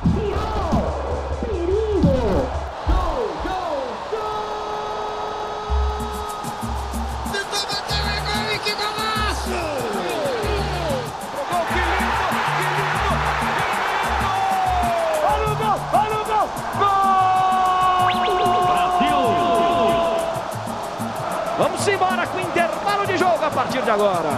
Vamos embora com o intervalo de jogo a partir de agora.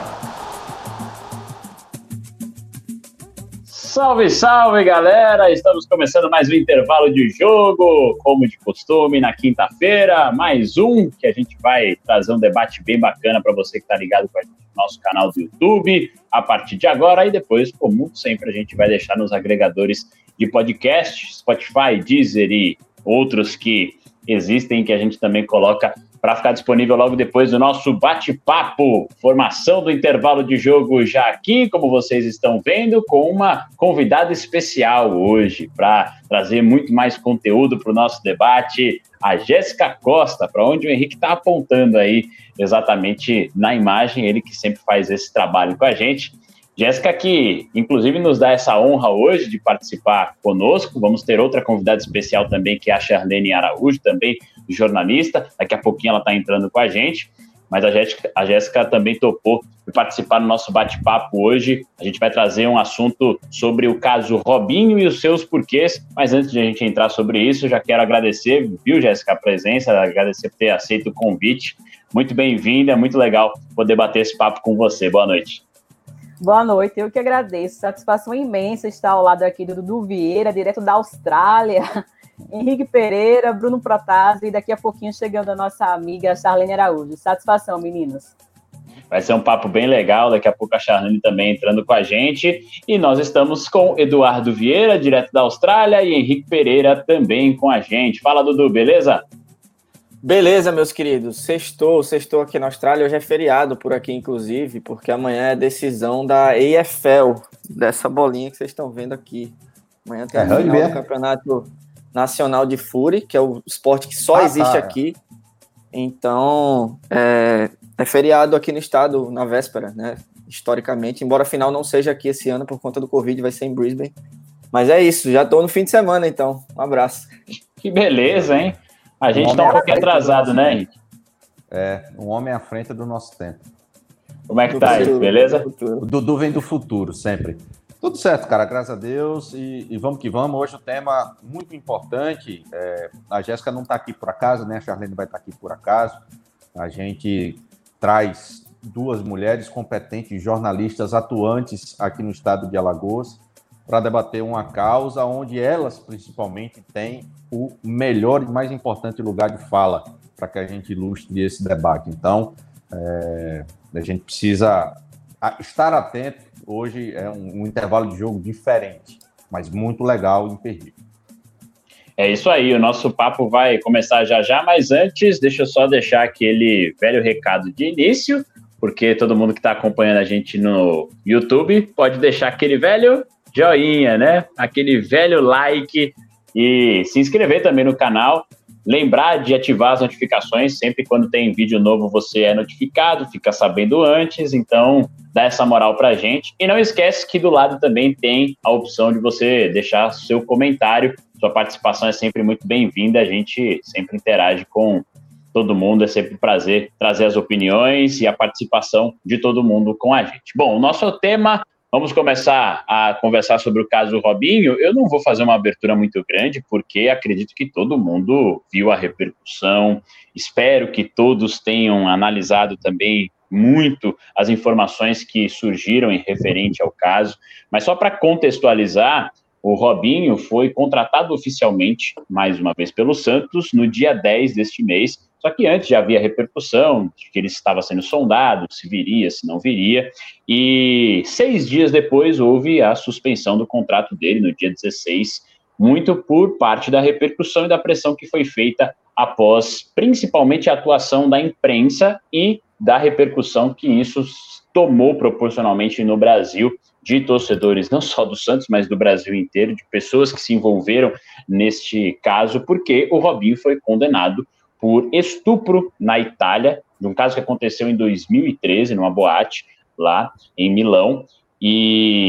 Salve, salve, galera! Estamos começando mais um intervalo de jogo, como de costume, na quinta-feira. Mais um que a gente vai trazer um debate bem bacana para você que está ligado com a gente no nosso canal do YouTube a partir de agora. E depois, como sempre, a gente vai deixar nos agregadores de podcast, Spotify, Deezer e outros que existem, que a gente também coloca para ficar disponível logo depois do nosso bate-papo. Formação do intervalo de jogo já aqui, como vocês estão vendo, com uma convidada especial hoje, para trazer muito mais conteúdo para o nosso debate, a Jéssica Costa, para onde o Henrique está apontando aí exatamente na imagem, ele que sempre faz esse trabalho com a gente. Jéssica, que inclusive nos dá essa honra hoje de participar conosco. Vamos ter outra convidada especial também, que é a Charlene Araújo, também jornalista. Daqui a pouquinho ela está entrando com a gente, mas a Jéssica também topou de participar do nosso bate-papo hoje. A gente vai trazer um assunto sobre o caso Robinho e os seus porquês, mas antes de a gente entrar sobre isso, já quero agradecer, viu, Jéssica, a presença, agradecer por ter aceito o convite. Muito bem-vinda, muito legal poder bater esse papo com você. Boa noite. Boa noite, eu que agradeço. Satisfação imensa estar ao lado aqui do Dudu Vieira, direto da Austrália, Henrique Pereira, Bruno Protásio e daqui a pouquinho chegando a nossa amiga Charlene Araújo. Satisfação, meninos. Vai ser um papo bem legal, daqui a pouco a Charlene também entrando com a gente. E nós estamos com Eduardo Vieira, direto da Austrália, e Henrique Pereira também com a gente. Fala, Dudu, beleza? Beleza, meus queridos. Sextou aqui na Austrália. Hoje é feriado por aqui, inclusive, porque amanhã é decisão da AFL, dessa bolinha que vocês estão vendo aqui. Amanhã tem a final do Campeonato Nacional de Fúria, que é o esporte que só existe aqui. Então, é feriado aqui no estado, na véspera, né? Historicamente, embora a final não seja aqui esse ano por conta do Covid, vai ser em Brisbane. Mas é isso, já estou no fim de semana, então. Um abraço. Que beleza, hein? A gente tá um pouquinho atrasado, né, Henrique? Um homem à frente do nosso tempo. Como é que tá aí, beleza? O Dudu vem do futuro, sempre. Tudo certo, cara, graças a Deus. E vamos que vamos. Hoje o tema muito importante. A Jéssica não está aqui por acaso, né? A Charlene vai estar aqui por acaso. A gente traz duas mulheres competentes, jornalistas atuantes aqui no estado de Alagoas, para debater uma causa onde elas, principalmente, têm o melhor e mais importante lugar de fala para que a gente ilustre esse debate. Então, a gente precisa estar atento. Hoje é um intervalo de jogo diferente, mas muito legal e imperdível. É isso aí, o nosso papo vai começar já, mas antes, deixa eu só deixar aquele velho recado de início, porque todo mundo que está acompanhando a gente no YouTube pode deixar aquele velho joinha, né? Aquele velho like e se inscrever também no canal. Lembrar de ativar as notificações, sempre quando tem vídeo novo você é notificado, fica sabendo antes, então dá essa moral pra gente. E não esquece que do lado também tem a opção de você deixar seu comentário, sua participação é sempre muito bem-vinda, a gente sempre interage com todo mundo, é sempre um prazer trazer as opiniões e a participação de todo mundo com a gente. Bom, o nosso tema... Vamos começar a conversar sobre o caso Robinho. Eu não vou fazer uma abertura muito grande, porque acredito que todo mundo viu a repercussão. Espero que todos tenham analisado também muito as informações que surgiram em referente ao caso. Mas só para contextualizar, o Robinho foi contratado oficialmente, mais uma vez, pelo Santos, no dia 10 deste mês. Só que antes já havia repercussão de que ele estava sendo sondado, se viria, se não viria. E 6 dias depois houve a suspensão do contrato dele, no dia 16, muito por parte da repercussão e da pressão que foi feita após, principalmente, a atuação da imprensa e da repercussão que isso tomou proporcionalmente no Brasil, de torcedores não só do Santos, mas do Brasil inteiro, de pessoas que se envolveram neste caso, porque o Robinho foi condenado por estupro na Itália, de um caso que aconteceu em 2013, numa boate lá em Milão, e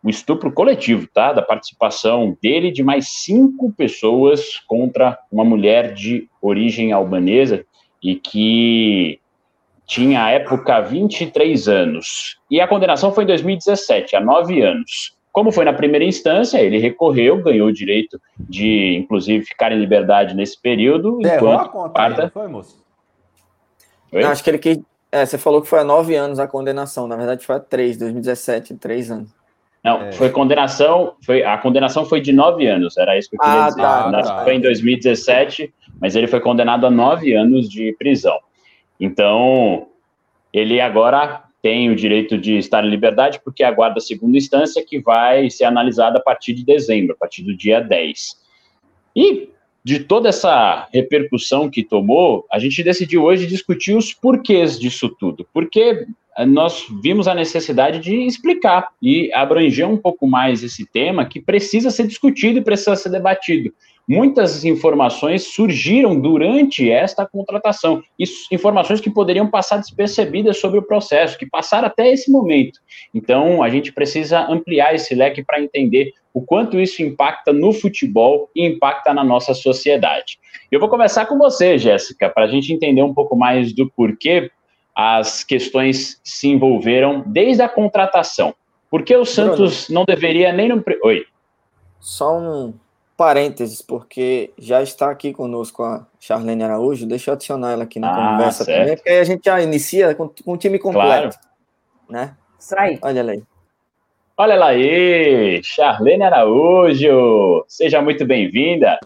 um estupro coletivo, tá? Da participação dele e de mais 5 pessoas contra uma mulher de origem albanesa e que tinha, à época, 23 anos. E a condenação foi em 2017, há 9 anos. Como foi na primeira instância, ele recorreu, ganhou o direito de, inclusive, ficar em liberdade nesse período. Errou enquanto a conta aí, não foi, moço? Não, acho que ele quis... você falou que foi há 9 anos a condenação. Na verdade, foi há 3, 2017, 3 anos. Não, foi condenação, a condenação foi de 9 anos, era isso que eu queria dizer. Tá. Foi em 2017, mas ele foi condenado a 9 anos de prisão. Então, ele agora tem o direito de estar em liberdade, porque aguarda a segunda instância, que vai ser analisada a partir de dezembro, a partir do dia 10. E de toda essa repercussão que tomou, a gente decidiu hoje discutir os porquês disso tudo, porque nós vimos a necessidade de explicar e abranger um pouco mais esse tema que precisa ser discutido e precisa ser debatido. Muitas informações surgiram durante esta contratação, informações que poderiam passar despercebidas sobre o processo, que passaram até esse momento. Então, a gente precisa ampliar esse leque para entender o quanto isso impacta no futebol e impacta na nossa sociedade. Eu vou começar com você, Jéssica, para a gente entender um pouco mais do porquê as questões se envolveram desde a contratação. Por que o Santos não deveria nem no... Oi. Só um parênteses, porque já está aqui conosco a Charlene Araújo. Deixa eu adicionar ela aqui na conversa também, porque aí a gente já inicia com o time completo. Claro. Né? Isso aí. Olha ela aí. Olha ela aí, Charlene Araújo. Seja muito bem-vinda.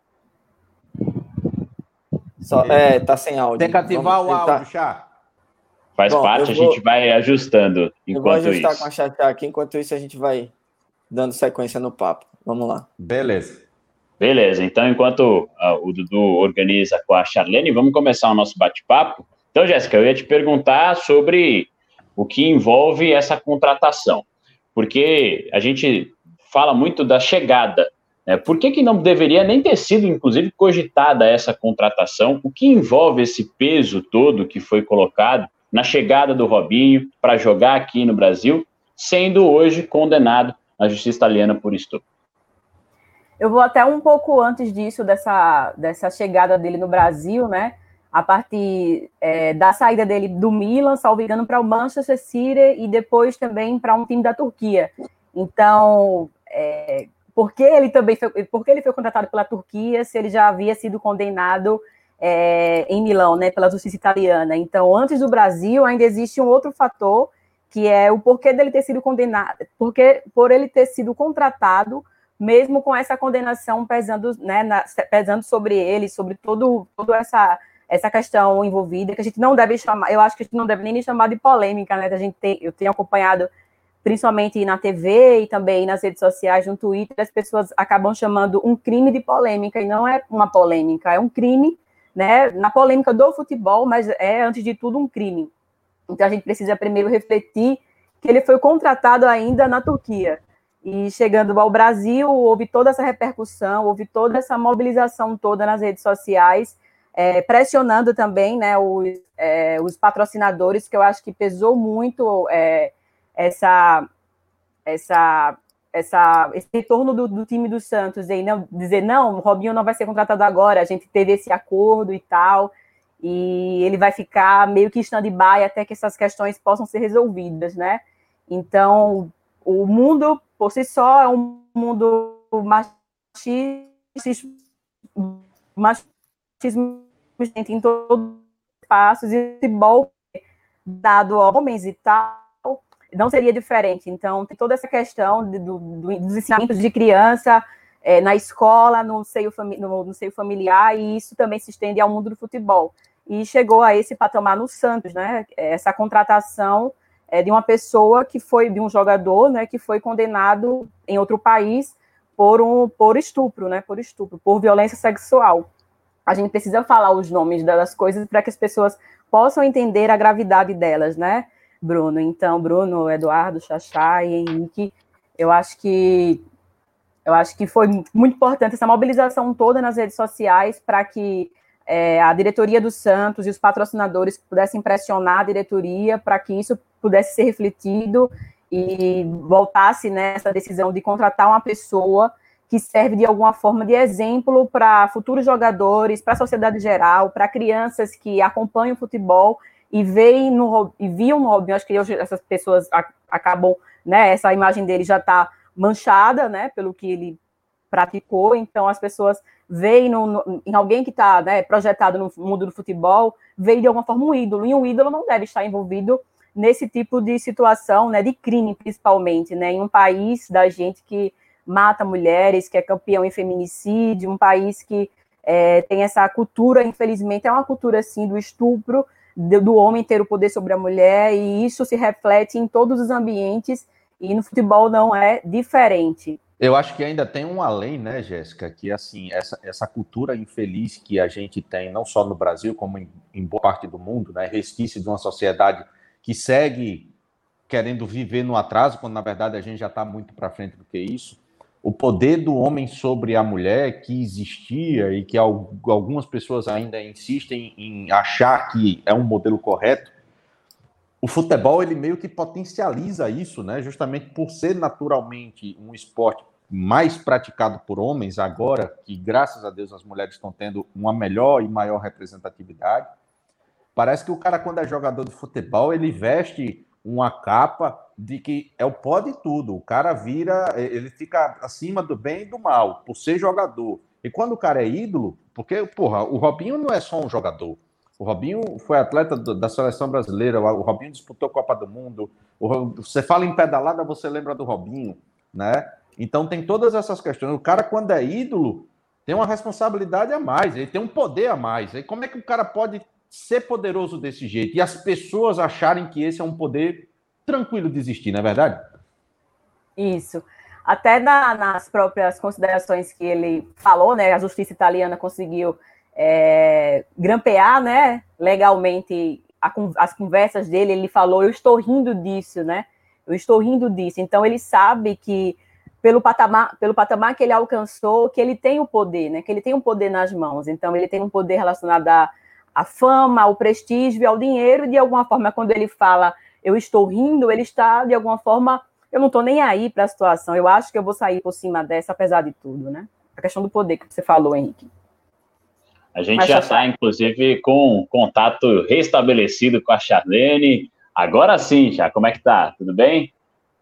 Tá sem áudio. Tem que ativar o áudio, Chá. Faz parte, a gente vai ajustando enquanto isso. Eu vou ajustar com a Chachá aqui, enquanto isso a gente vai dando sequência no papo. Vamos lá. Beleza, então enquanto o Dudu organiza com a Charlene, vamos começar o nosso bate-papo. Então, Jéssica, eu ia te perguntar sobre o que envolve essa contratação, porque a gente fala muito da chegada, né? Por que não deveria nem ter sido, inclusive, cogitada essa contratação? O que envolve esse peso todo que foi colocado na chegada do Robinho para jogar aqui no Brasil, sendo hoje condenado na justiça italiana por estupro? Eu vou até um pouco antes disso, dessa chegada dele no Brasil, né? A partir da saída dele do Milan, salvo engano, para o Manchester City e depois também para um time da Turquia. Então, por que ele foi contratado pela Turquia se ele já havia sido condenado em Milão, né, pela justiça italiana? Então, antes do Brasil, ainda existe um outro fator, que é o porquê dele ter sido condenado, por ele ter sido contratado, mesmo com essa condenação pesando, né, pesando sobre ele, sobre toda essa questão envolvida, que a gente não deve chamar, eu acho que a gente não deve nem chamar de polêmica, né? Eu tenho acompanhado, principalmente na TV e também nas redes sociais, no Twitter, as pessoas acabam chamando um crime de polêmica, e não é uma polêmica, é um crime, né, na polêmica do futebol, mas é, antes de tudo, um crime. Então, a gente precisa primeiro refletir que ele foi contratado ainda na Turquia. E chegando ao Brasil, houve toda essa repercussão, houve toda essa mobilização toda nas redes sociais, pressionando também, né, os patrocinadores, que eu acho que pesou muito esse retorno do time do Santos, e não dizer, não, o Robinho não vai ser contratado agora, a gente teve esse acordo e tal, e ele vai ficar meio que stand-by até que essas questões possam ser resolvidas, né? Então, o mundo, por si só, é um mundo machismo em todos os espaços, e o futebol dado a homens e tal, não seria diferente. Então, tem toda essa questão dos ensinamentos de criança na escola, no seio familiar, e isso também se estende ao mundo do futebol. E chegou a esse patamar no Santos, né? Essa contratação de uma pessoa de um jogador, né, que foi condenado em outro país por estupro, né? Por violência sexual. A gente precisa falar os nomes das coisas para que as pessoas possam entender a gravidade delas, né, Bruno? Então, Bruno, Eduardo, Xaxá e Henrique, eu acho que foi muito importante essa mobilização toda nas redes sociais para que a diretoria do Santos e os patrocinadores pudessem pressionar a diretoria para que isso pudesse ser refletido e voltasse nessa decisão de contratar uma pessoa que serve de alguma forma de exemplo para futuros jogadores, para a sociedade geral, para crianças que acompanham o futebol e viam no Robinho. Acho que hoje essas pessoas acabam, né, essa imagem dele já está manchada, né, pelo que ele praticou, então as pessoas veem em alguém que está, né, projetado no mundo do futebol, veem de alguma forma um ídolo, e um ídolo não deve estar envolvido nesse tipo de situação, né, de crime principalmente, né, em um país da gente que mata mulheres, que é campeão em feminicídio, um país que tem essa cultura, infelizmente, é uma cultura, assim, do estupro, do homem ter o poder sobre a mulher, e isso se reflete em todos os ambientes, e no futebol não é diferente. Eu acho que ainda tem um além, né, Jéssica, que, assim, essa cultura infeliz que a gente tem, não só no Brasil, como em boa parte do mundo, né, resquício de uma sociedade que segue querendo viver no atraso, quando, na verdade, a gente já está muito para frente do que isso. O poder do homem sobre a mulher que existia e que algumas pessoas ainda insistem em achar que é um modelo correto, o futebol ele meio que potencializa isso, né? Justamente por ser naturalmente um esporte mais praticado por homens agora, que graças a Deus as mulheres estão tendo uma melhor e maior representatividade. Parece que o cara, quando é jogador de futebol, ele veste uma capa de que é o pó de tudo. O cara ele fica acima do bem e do mal, por ser jogador. E quando o cara é ídolo, porque, porra, o Robinho não é só um jogador. O Robinho foi atleta da seleção brasileira, o Robinho disputou a Copa do Mundo. Você fala em pedalada, você lembra do Robinho, né? Então tem todas essas questões. O cara, quando é ídolo, tem uma responsabilidade a mais, ele tem um poder a mais. E como é que o cara pode ser poderoso desse jeito e as pessoas acharem que esse é um poder tranquilo de existir, não é verdade? Isso. Até nas próprias considerações que ele falou, né, a justiça italiana conseguiu grampear, né, legalmente as conversas dele. Ele falou, eu estou rindo disso, né, eu estou rindo disso. Então ele sabe que pelo patamar que ele alcançou, que ele tem o poder, né, que ele tem um poder nas mãos. Então ele tem um poder relacionado a fama, ao prestígio e ao dinheiro, e de alguma forma, quando ele fala eu estou rindo, ele está, de alguma forma, eu não estou nem aí para a situação, eu acho que eu vou sair por cima dessa, apesar de tudo, né? A questão do poder que você falou, Henrique. A gente já está, inclusive, com contato restabelecido com a Charlene. Agora sim, já, como é que tá? Tudo bem?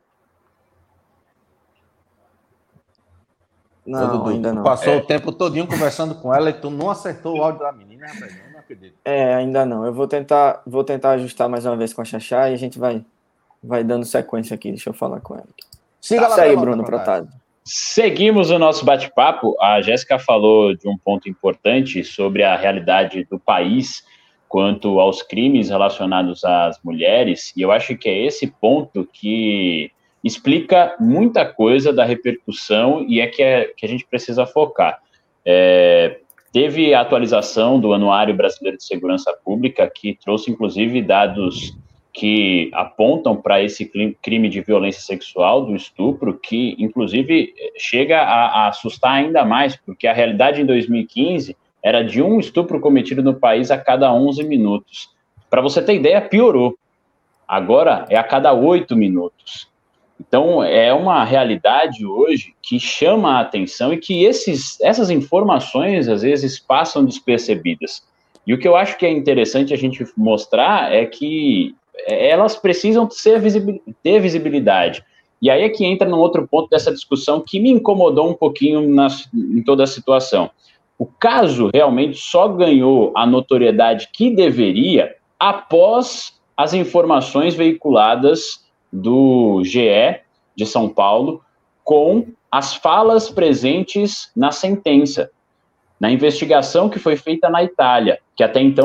Não, ainda não. Passou o tempo todinho conversando com ela e tu não acertou o áudio da menina, rapaz? Eu não acredito. Ainda não. Eu vou tentar ajustar mais uma vez com a Xaxá e a gente vai dando sequência aqui. Deixa eu falar com ela. Siga lá, aí, Bruno Protásio. Seguimos o nosso bate-papo. A Jéssica falou de um ponto importante sobre a realidade do país quanto aos crimes relacionados às mulheres, e eu acho que é esse ponto que explica muita coisa da repercussão e que a gente precisa focar. Teve a atualização do Anuário Brasileiro de Segurança Pública, que trouxe, inclusive, dados que apontam para esse crime de violência sexual, do estupro, que, inclusive, chega a assustar ainda mais, porque a realidade em 2015 era de um estupro cometido no país a cada 11 minutos. Para você ter ideia, piorou. Agora é a cada 8 minutos. Então, é uma realidade hoje que chama a atenção e que essas informações, às vezes, passam despercebidas. E o que eu acho que é interessante a gente mostrar é que elas precisam ter visibilidade. E aí é que entra num outro ponto dessa discussão que me incomodou um pouquinho em toda a situação. O caso realmente só ganhou a notoriedade que deveria após as informações veiculadas do GE de São Paulo com as falas presentes na sentença, na investigação que foi feita na Itália, que até então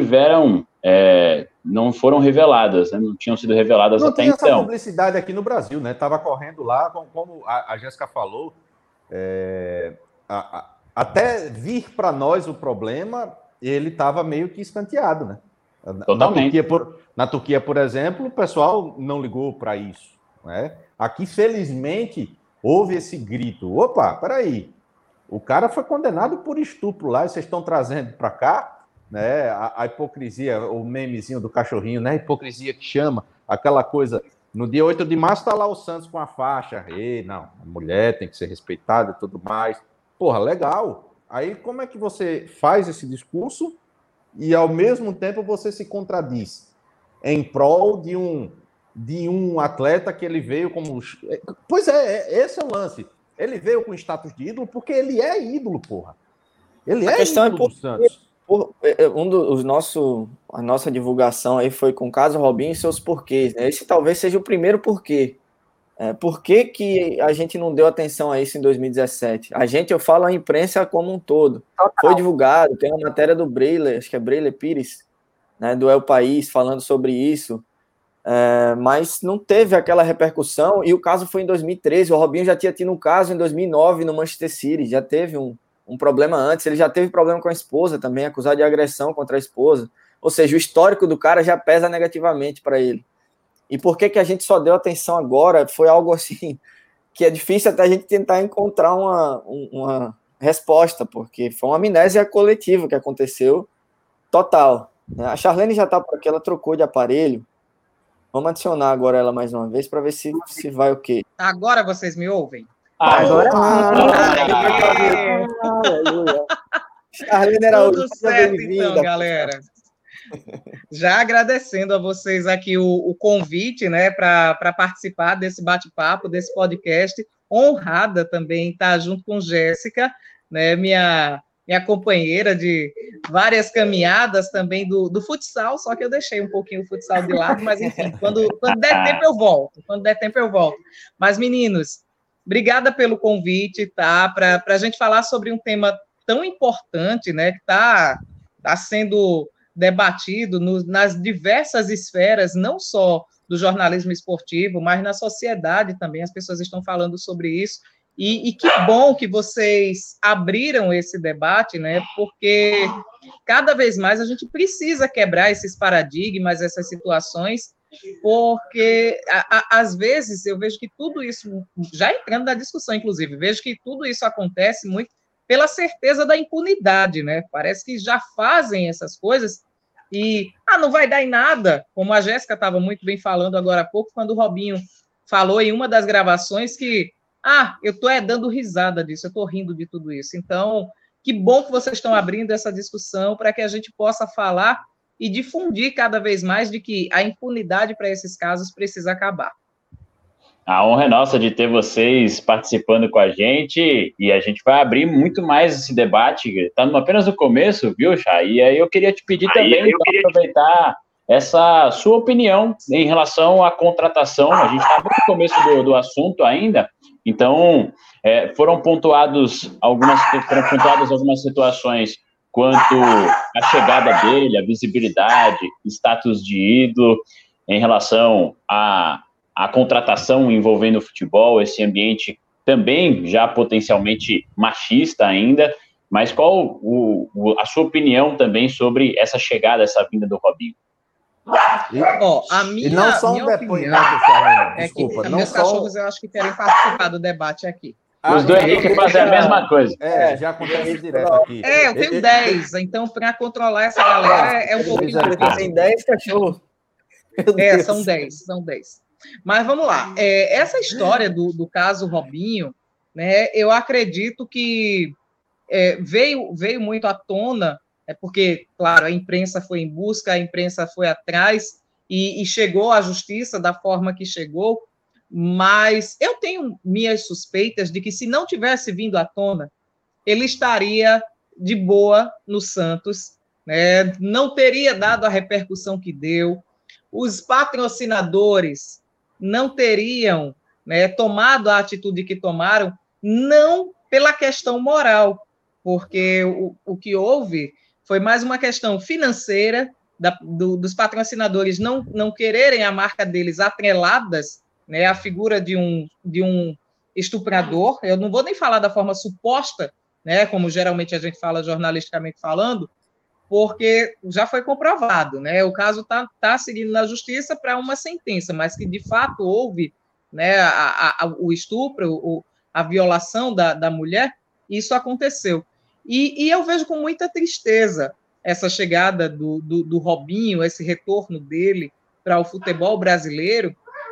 não foram reveladas, né? Não tinham sido reveladas até então. Não tinha essa publicidade aqui no Brasil, né? Estava correndo lá, como a Jéssica falou, até vir para nós o problema, ele estava meio que escanteado, né? Totalmente. Na Turquia, por exemplo, o pessoal não ligou para isso, né? Aqui, felizmente, houve esse grito. Opa, peraí, o cara foi condenado por estupro lá e vocês estão trazendo para cá, né? A hipocrisia, o memezinho do cachorrinho, né? A hipocrisia que chama, aquela coisa No dia 8 de março está lá o Santos com a faixa. E não, a mulher tem que ser respeitada e tudo mais. Porra, legal. Aí como é que você faz esse discurso e ao mesmo tempo você se contradiz em prol de um atleta que ele veio como... Pois esse é o lance. Ele veio com status de ídolo porque ele é ídolo, porra. Ele é ídolo do Santos. A nossa divulgação aí foi com o caso Robinho e seus porquês, né? Esse talvez seja o primeiro porquê. Por que a gente não deu atenção a isso em 2017? Eu falo a imprensa como um todo. Foi divulgado, tem uma matéria do Breile, acho que é Breile Pires, né, do El País, falando sobre isso, mas não teve aquela repercussão, e o caso foi em 2013, o Robinho já tinha tido um caso em 2009 no Manchester City, já teve um problema antes, ele já teve problema com a esposa também, acusado de agressão contra a esposa, ou seja, o histórico do cara já pesa negativamente para ele. E por que a gente só deu atenção agora? Foi algo assim, que é difícil até a gente tentar encontrar uma resposta, porque foi uma amnésia coletiva que aconteceu, total. A Charlene já está por aqui, ela trocou de aparelho. Vamos adicionar agora ela mais uma vez para ver se vai o quê. Agora vocês me ouvem? Agora Charlene era tudo certo, então, galera. Já agradecendo a vocês aqui o convite, né, para participar desse bate-papo, desse podcast. Honrada também estar junto com Jéssica, né, minha companheira de várias caminhadas também do futsal, só que eu deixei um pouquinho o futsal de lado, mas enfim, quando der tempo eu volto. Mas, meninos, obrigada pelo convite, tá? Para a gente falar sobre um tema tão importante, né, que está sendo debatido nas diversas esferas, não só do jornalismo esportivo, mas na sociedade também, as pessoas estão falando sobre isso, e que bom que vocês abriram esse debate, né, porque cada vez mais a gente precisa quebrar esses paradigmas, essas situações, porque às vezes eu vejo que tudo isso, já entrando na discussão, inclusive, vejo que tudo isso acontece muito pela certeza da impunidade, né? Parece que já fazem essas coisas e não vai dar em nada, como a Jéssica estava muito bem falando agora há pouco, quando o Robinho falou em uma das gravações que eu estou dando risada disso, eu estou rindo de tudo isso. Então, que bom que vocês estão abrindo essa discussão para que a gente possa falar e difundir cada vez mais de que a impunidade para esses casos precisa acabar. A honra é nossa de ter vocês participando com a gente, e a gente vai abrir muito mais esse debate, está apenas no começo, viu, Chá? E aí eu queria te pedir também, para aproveitar essa sua opinião em relação à contratação. A gente está muito no começo do assunto ainda, então foram pontuadas algumas situações quanto à chegada dele, a visibilidade, status de ídolo, em relação a contratação envolvendo o futebol, esse ambiente também já potencialmente machista ainda, mas qual a sua opinião também sobre essa chegada, essa vinda do Robinho? E não só um depoimento, Charlene, desculpa. Meus cachorros eu acho que querem participar do debate aqui. Os dois têm que fazer a mesma coisa. Já acontece direto aqui. Eu tenho 10, então para controlar essa galera é um pouquinho difícil. Tem 10 cachorros. São 10. Mas vamos lá. Essa história do caso Robinho, né, eu acredito que veio muito à tona, porque, claro, a imprensa foi em busca, a imprensa foi atrás e chegou à justiça da forma que chegou, mas eu tenho minhas suspeitas de que se não tivesse vindo à tona, ele estaria de boa no Santos, né, não teria dado a repercussão que deu, os patrocinadores não teriam, né, tomado a atitude que tomaram, não pela questão moral, porque o que houve foi mais uma questão financeira, dos patrocinadores não quererem a marca deles atreladas, né, à figura de um estuprador. Eu não vou nem falar da forma suposta, né, como geralmente a gente fala jornalisticamente falando, porque já foi comprovado, né? O caso está seguindo na justiça para uma sentença, mas que de fato houve, né, o estupro, a violação da mulher, isso aconteceu. E eu vejo com muita tristeza essa chegada do Robinho, esse retorno dele para o futebol brasileiro,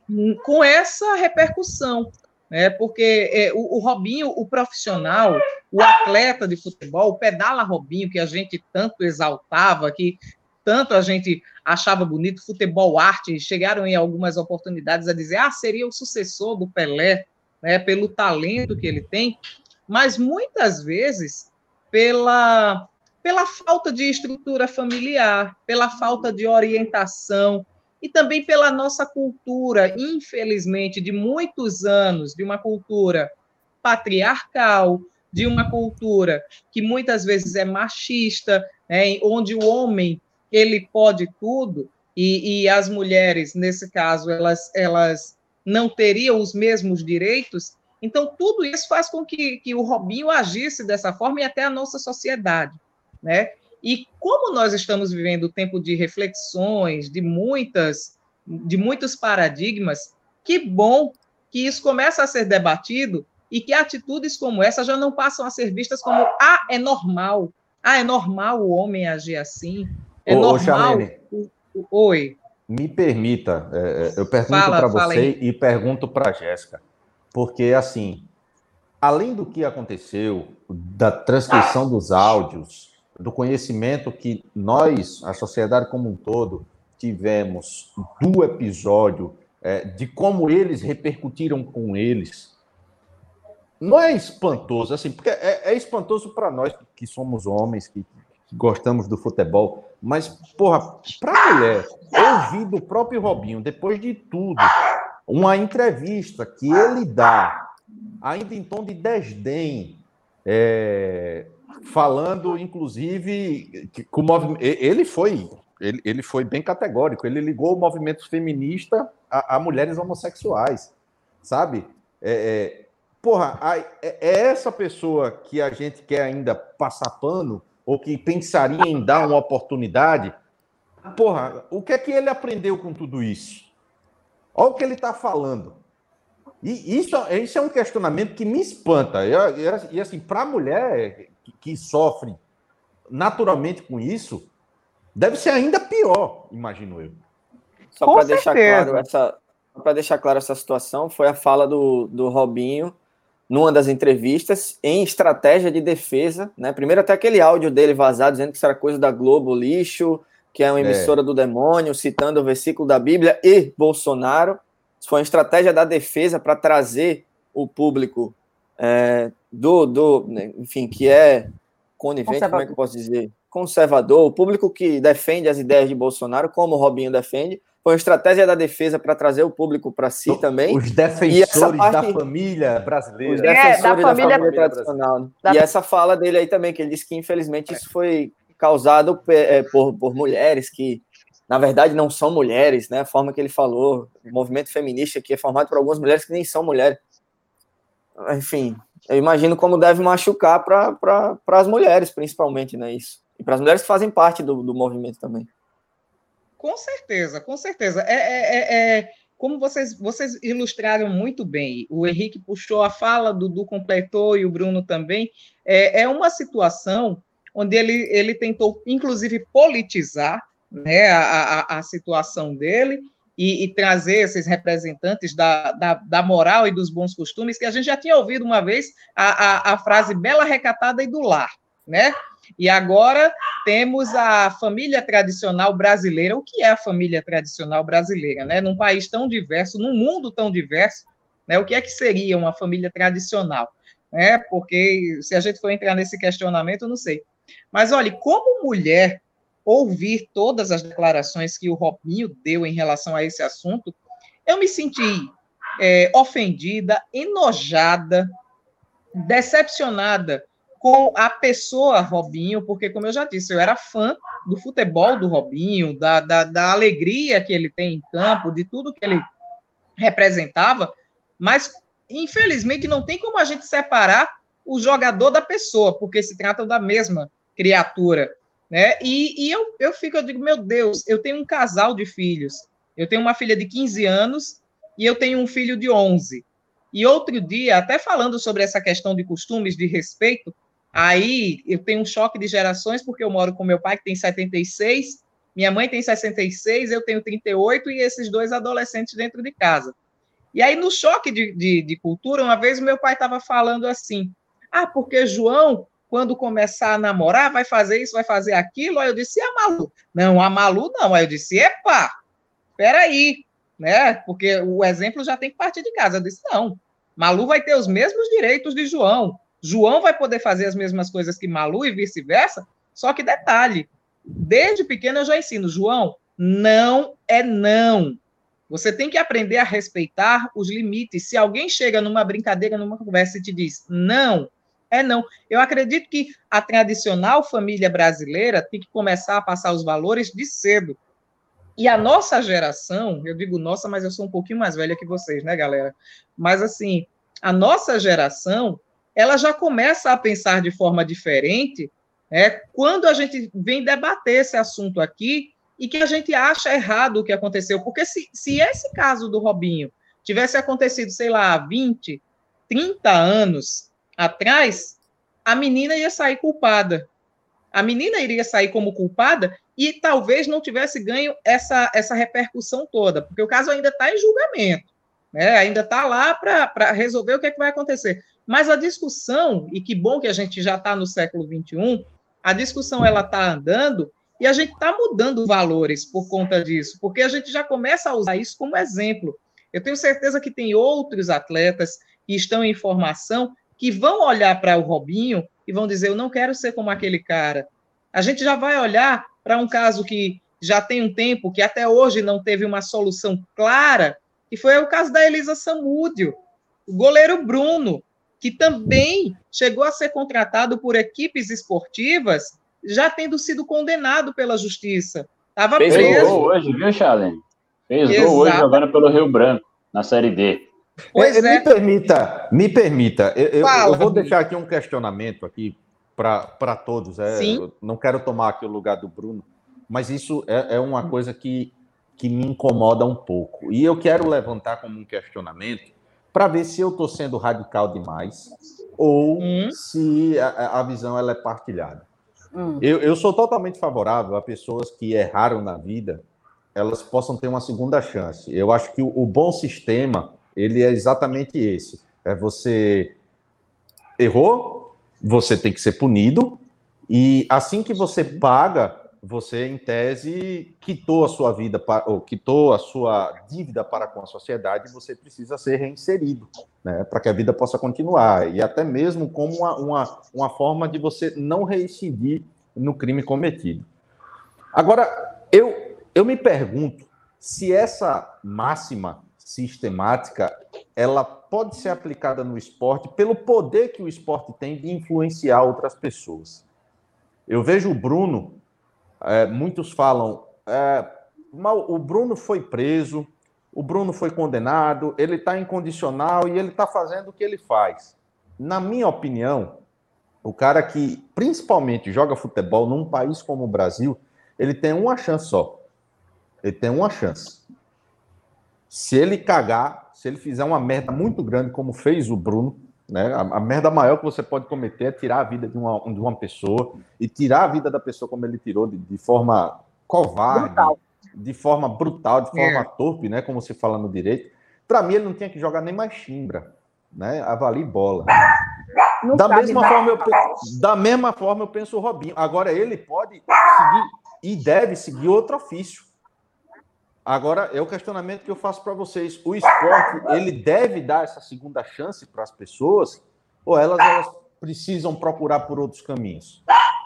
com essa repercussão, né? Porque o Robinho, o profissional, o atleta de futebol, o pedala Robinho, que a gente tanto exaltava, que tanto a gente achava bonito, futebol arte, chegaram em algumas oportunidades a dizer, seria o sucessor do Pelé, né, pelo talento que ele tem, mas muitas vezes pela falta de estrutura familiar, pela falta de orientação e também pela nossa cultura, infelizmente, de muitos anos, de uma cultura patriarcal, de uma cultura que muitas vezes é machista, né, onde o homem ele pode tudo e as mulheres, nesse caso, elas não teriam os mesmos direitos. Então, tudo isso faz com que o Robinho agisse dessa forma e até a nossa sociedade, né? E como nós estamos vivendo um tempo de reflexões, de muitos paradigmas, que bom que isso começa a ser debatido e que atitudes como essa já não passam a ser vistas como é normal. É normal o homem agir assim. É normal. Charlene, Oi. Me permita, eu pergunto para você e pergunto para a Jéssica, porque, assim, além do que aconteceu, da transcrição dos áudios, do conhecimento que nós, a sociedade como um todo, tivemos do episódio, de como eles repercutiram com eles, não é espantoso, assim, porque é espantoso para nós que somos homens, que gostamos do futebol, mas, porra, para mulher, ouvir do próprio Robinho, depois de tudo, uma entrevista que ele dá, ainda em tom de desdém, falando, inclusive, que o movimento, ele foi bem categórico, ele ligou o movimento feminista a mulheres homossexuais, sabe? Porra, é essa pessoa que a gente quer ainda passar pano, ou que pensaria em dar uma oportunidade. Porra, o que é que ele aprendeu com tudo isso? Olha o que ele está falando. E isso é um questionamento que me espanta. E assim, para a mulher que sofre naturalmente com isso, deve ser ainda pior, imagino eu. Só para deixar claro essa situação, foi a fala do Robinho numa das entrevistas, em estratégia de defesa, né? Primeiro até aquele áudio dele vazado, dizendo que isso era coisa da Globo, lixo, que é uma emissora do demônio, citando o versículo da Bíblia e Bolsonaro. Isso foi uma estratégia da defesa para trazer o público enfim, que é conivente, como é que eu posso dizer? Conservador, o público que defende as ideias de Bolsonaro, como o Robinho defende. Foi uma estratégia da defesa para trazer o público para si também. Os defensores da família brasileira. Os defensores da família tradicional. E essa fala dele aí também, que ele disse que, infelizmente, isso foi causado por mulheres que, na verdade, não são mulheres, né? A forma que ele falou, o movimento feminista que é formado por algumas mulheres que nem são mulheres. Enfim, eu imagino como deve machucar para as mulheres, principalmente, né? Isso. E para as mulheres que fazem parte do movimento também. Com certeza, com certeza. Como vocês ilustraram muito bem, o Henrique puxou a fala, Dudu completou e o Bruno também, é uma situação onde ele tentou, inclusive, politizar, né, a situação dele e trazer esses representantes da moral e dos bons costumes, que a gente já tinha ouvido uma vez a frase bela, recatada e do lar, né? E agora temos a família tradicional brasileira. O que é a família tradicional brasileira, né? Num país tão diverso, num mundo tão diverso, né? O que é que seria uma família tradicional? Né? Porque se a gente for entrar nesse questionamento, eu não sei. Mas, olha, como mulher, ouvir todas as declarações que o Robinho deu em relação a esse assunto, eu me senti ofendida, enojada, decepcionada com a pessoa Robinho, porque, como eu já disse, eu era fã do futebol do Robinho, da alegria que ele tem em campo, de tudo que ele representava, mas, infelizmente, não tem como a gente separar o jogador da pessoa, porque se tratam da mesma criatura, né? E eu digo, meu Deus, eu tenho um casal de filhos, eu tenho uma filha de 15 anos e eu tenho um filho de 11. E outro dia, até falando sobre essa questão de costumes, de respeito, aí eu tenho um choque de gerações, porque eu moro com meu pai, que tem 76, Minha mãe tem 66, eu tenho 38 e esses 2 adolescentes dentro de casa. E aí, no choque de cultura, uma vez meu pai estava falando assim, porque João, quando começar a namorar, vai fazer isso, vai fazer aquilo. Aí eu disse, e a Malu? Não, a Malu não. Aí eu disse, epa, peraí, né? Porque o exemplo já tem que partir de casa. Eu disse, não, Malu vai ter os mesmos direitos de João. João vai poder fazer as mesmas coisas que Malu e vice-versa, só que detalhe, desde pequeno eu já ensino, João, não é não. Você tem que aprender a respeitar os limites. Se alguém chega numa brincadeira, numa conversa e te diz não, é não. Eu acredito que a tradicional família brasileira tem que começar a passar os valores de cedo. E a nossa geração, eu digo nossa, mas eu sou um pouquinho mais velha que vocês, né, galera? Mas, assim, a nossa geração, ela já começa a pensar de forma diferente, né, quando a gente vem debater esse assunto aqui e que a gente acha errado o que aconteceu. Porque se esse caso do Robinho tivesse acontecido, sei lá, 20, 30 anos atrás, a menina ia sair culpada. A menina iria sair como culpada e talvez não tivesse ganho essa repercussão toda, porque o caso ainda está em julgamento, né? Ainda está lá para resolver o que é que vai acontecer. Mas a discussão, e que bom que a gente já está no século XXI, a discussão ela está andando e a gente está mudando valores por conta disso, porque a gente já começa a usar isso como exemplo. Eu tenho certeza que tem outros atletas que estão em formação que vão olhar para o Robinho e vão dizer, eu não quero ser como aquele cara. A gente já vai olhar para um caso que já tem um tempo, que até hoje não teve uma solução clara, que foi o caso da Elisa Samúdio, o goleiro Bruno, que também chegou a ser contratado por equipes esportivas, já tendo sido condenado pela justiça. Estava preso. Fez gol hoje, viu, Charlene? Fez gol hoje jogando pelo Rio Branco, na Série D. Pois é. Me permita. Eu vou deixar aqui um questionamento aqui para todos. Eu não quero tomar aqui o lugar do Bruno, mas isso é uma coisa que me incomoda um pouco. E eu quero levantar como um questionamento para ver se eu estou sendo radical demais ou se a visão ela é partilhada. Eu sou totalmente favorável a pessoas que erraram na vida, elas possam ter uma segunda chance. Eu acho que o bom sistema, ele é exatamente esse. Você errou, você tem que ser punido, e assim que você paga, você, em tese, quitou a sua vida, ou quitou a sua dívida para com a sociedade, e você precisa ser reinserido, né, para que a vida possa continuar, e até mesmo como uma forma de você não reincidir no crime cometido. Agora, eu me pergunto se essa máxima sistemática ela pode ser aplicada no esporte pelo poder que o esporte tem de influenciar outras pessoas. Eu vejo o Bruno, muitos falam, o Bruno foi preso, o Bruno foi condenado, ele está incondicional e ele está fazendo o que ele faz. Na minha opinião, o cara que principalmente joga futebol num país como o Brasil, ele tem uma chance só. Ele tem uma chance. Se ele cagar, se ele fizer uma merda muito grande, como fez o Bruno, né? A merda maior que você pode cometer é tirar a vida de uma pessoa, e tirar a vida da pessoa como ele tirou, de forma covarde, de forma brutal, de forma torpe, né? Como se fala no direito. Para mim, ele não tinha que jogar nem mais chimbra, né? Avalie bola. Da mesma forma, eu penso o Robinho. Agora, ele pode seguir e deve seguir outro ofício. Agora, é o questionamento que eu faço para vocês. O esporte, ele deve dar essa segunda chance para as pessoas, ou elas precisam procurar por outros caminhos?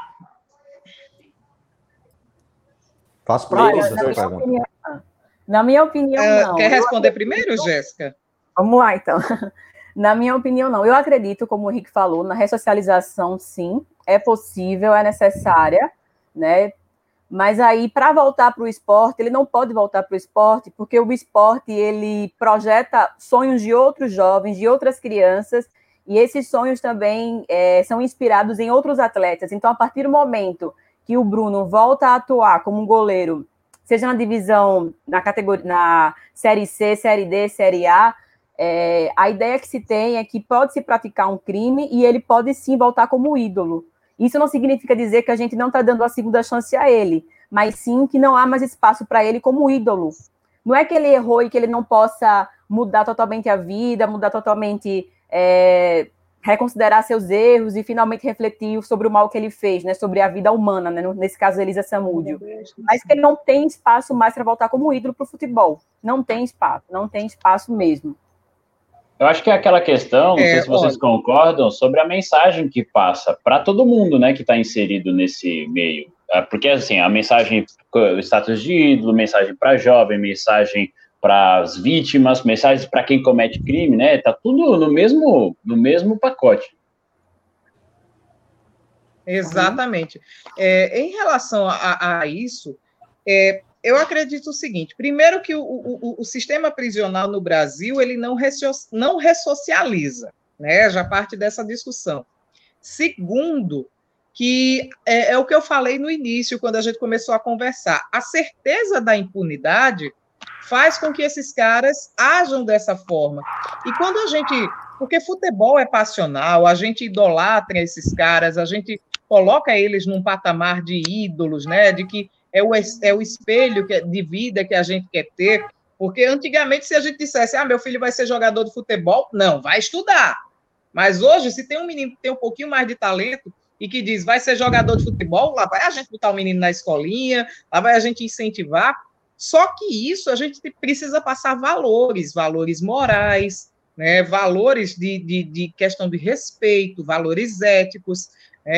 Faço para todos essa pergunta. Na minha opinião, não. Quer responder primeiro, Jéssica? Vamos lá, então. Na minha opinião, não. Eu acredito, como o Henrique falou, na ressocialização, sim, é possível, é necessária, né? Mas aí, para voltar para o esporte, ele não pode voltar para o esporte, porque o esporte, ele projeta sonhos de outros jovens, de outras crianças, e esses sonhos também são inspirados em outros atletas. Então, a partir do momento que o Bruno volta a atuar como um goleiro, seja na divisão, na Série C, Série D, Série A, a ideia que se tem é que pode se praticar um crime e ele pode sim voltar como ídolo. Isso não significa dizer que a gente não está dando a segunda chance a ele, mas sim que não há mais espaço para ele como ídolo. Não é que ele errou e que ele não possa mudar totalmente a vida, mudar totalmente, reconsiderar seus erros e finalmente refletir sobre o mal que ele fez, né, sobre a vida humana, né, nesse caso, Elisa Samúdio. Mas que ele não tem espaço mais para voltar como ídolo para o futebol. Não tem espaço mesmo. Eu acho que é aquela questão, não sei se vocês concordam, sobre a mensagem que passa para todo mundo, né, que está inserido nesse meio. Porque, assim, a mensagem, o status de ídolo, mensagem para jovem, mensagem para as vítimas, mensagens para quem comete crime, né? Tá tudo no mesmo pacote. Exatamente. Em relação a isso, eu acredito o seguinte: primeiro que o sistema prisional no Brasil ele não ressocializa, né? Já parte dessa discussão. Segundo, que é o que eu falei no início, quando a gente começou a conversar, a certeza da impunidade faz com que esses caras ajam dessa forma. E quando a gente... Porque futebol é passional, a gente idolatra esses caras, a gente coloca eles num patamar de ídolos, né? De que é o espelho de vida que a gente quer ter. Porque antigamente, se a gente dissesse, meu filho vai ser jogador de futebol, não, vai estudar. Mas hoje, se tem um menino que tem um pouquinho mais de talento e que diz, vai ser jogador de futebol, lá vai a gente botar o menino na escolinha, lá vai a gente incentivar. Só que isso a gente precisa passar valores morais, né, valores de questão de respeito, valores éticos,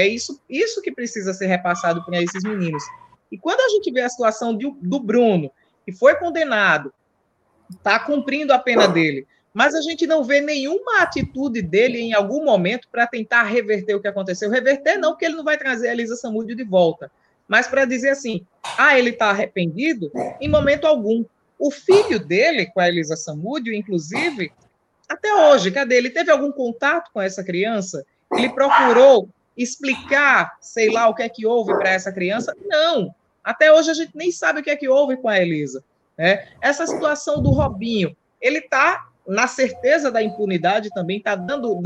isso que precisa ser repassado para esses meninos. E quando a gente vê a situação do Bruno, que foi condenado, está cumprindo a pena dele, mas a gente não vê nenhuma atitude dele em algum momento para tentar reverter o que aconteceu. Reverter não, porque ele não vai trazer a Elisa Samúdio de volta, mas para dizer assim, ele está arrependido? Em momento algum. O filho dele, com a Elisa Samúdio, inclusive, até hoje, cadê? Ele teve algum contato com essa criança? Ele procurou explicar, sei lá, o que é que houve para essa criança? Não. Até hoje a gente nem sabe o que é que houve com a Elisa. Né? Essa situação do Robinho, ele está na certeza da impunidade também, está dando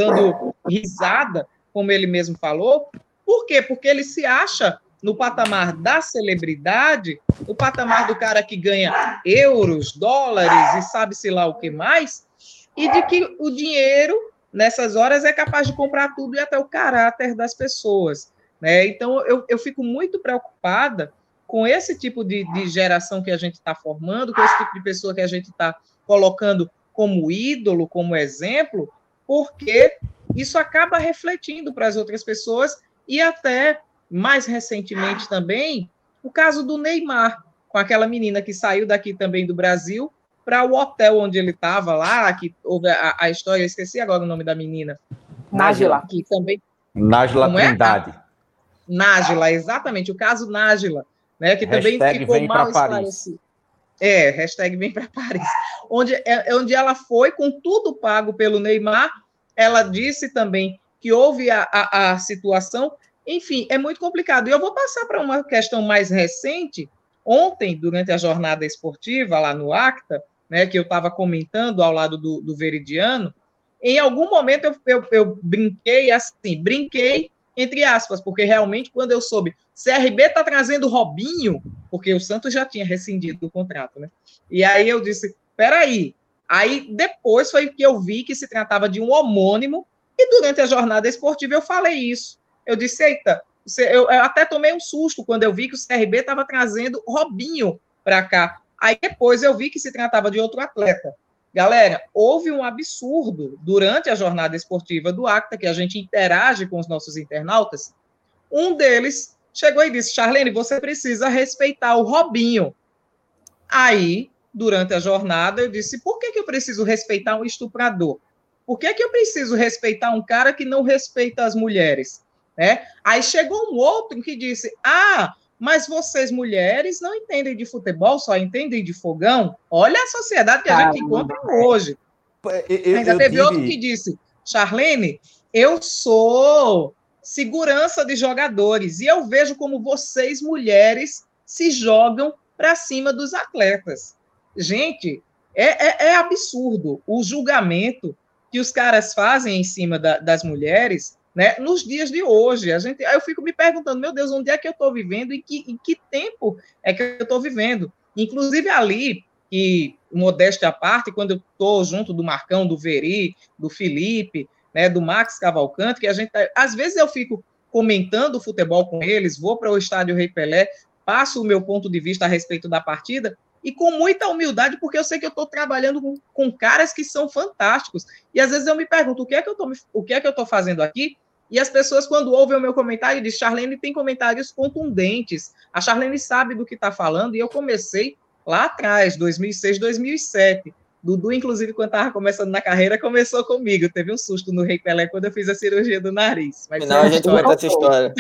risada, como ele mesmo falou. Por quê? Porque ele se acha no patamar da celebridade, no patamar do cara que ganha euros, dólares e sabe-se lá o que mais, e de que o dinheiro, nessas horas, é capaz de comprar tudo e até o caráter das pessoas. Né? Então, eu fico muito preocupada com esse tipo de geração que a gente está formando, com esse tipo de pessoa que a gente está colocando como ídolo, como exemplo, porque isso acaba refletindo para as outras pessoas e até... mais recentemente também, o caso do Neymar, com aquela menina que saiu daqui também do Brasil para o hotel onde ele estava lá, que houve a história, eu esqueci agora o nome da menina. Nájila. Que também... Nájila Trindade. Nájila, exatamente, o caso Nájila, né, que também ficou mal esclarecido. Hashtag vem para Paris. Onde ela foi, com tudo pago pelo Neymar, ela disse também que houve a situação. Enfim, é muito complicado. E eu vou passar para uma questão mais recente. Ontem, durante a jornada esportiva, lá no Acta, né, que eu estava comentando ao lado do Veridiano, em algum momento eu brinquei, entre aspas, porque realmente, quando eu soube, CRB está trazendo Robinho, porque o Santos já tinha rescindido o contrato, né? E aí eu disse, peraí. Aí depois foi que eu vi que se tratava de um homônimo, e durante a jornada esportiva eu falei isso. Eu disse, eita, eu até tomei um susto quando eu vi que o CRB estava trazendo Robinho para cá. Aí depois eu vi que se tratava de outro atleta. Galera, houve um absurdo durante a jornada esportiva do Acta, que a gente interage com os nossos internautas. Um deles chegou e disse, Charlene, você precisa respeitar o Robinho. Aí, durante a jornada, eu disse, por que eu preciso respeitar um estuprador? Por que eu preciso respeitar um cara que não respeita as mulheres? Né? Aí chegou um outro que disse, mas vocês mulheres não entendem de futebol, só entendem de fogão. Olha a sociedade que a gente encontra hoje. Ainda teve outro que disse, Charlene, eu sou segurança de jogadores e eu vejo como vocês mulheres se jogam para cima dos atletas. Gente, é absurdo o julgamento que os caras fazem em cima das mulheres. né, nos dias de hoje. Aí eu fico me perguntando, meu Deus, onde é que eu estou vivendo e em que tempo é que eu estou vivendo? Inclusive ali, e modéstia à parte, quando eu estou junto do Marcão, do Veri, do Felipe, né, do Max Cavalcante, que às vezes eu fico comentando o futebol com eles, vou para o estádio Rei Pelé, passo o meu ponto de vista a respeito da partida, e com muita humildade, porque eu sei que eu estou trabalhando com caras que são fantásticos. E às vezes eu me pergunto, o que é que eu estou fazendo aqui? E as pessoas, quando ouvem o meu comentário, dizem, Charlene tem comentários contundentes, a Charlene sabe do que está falando, e eu comecei lá atrás, 2006, 2007. Dudu, inclusive, quando estava começando na carreira, começou comigo. Teve um susto no Rei Pelé quando eu fiz a cirurgia do nariz. Mas não, a gente conta essa história.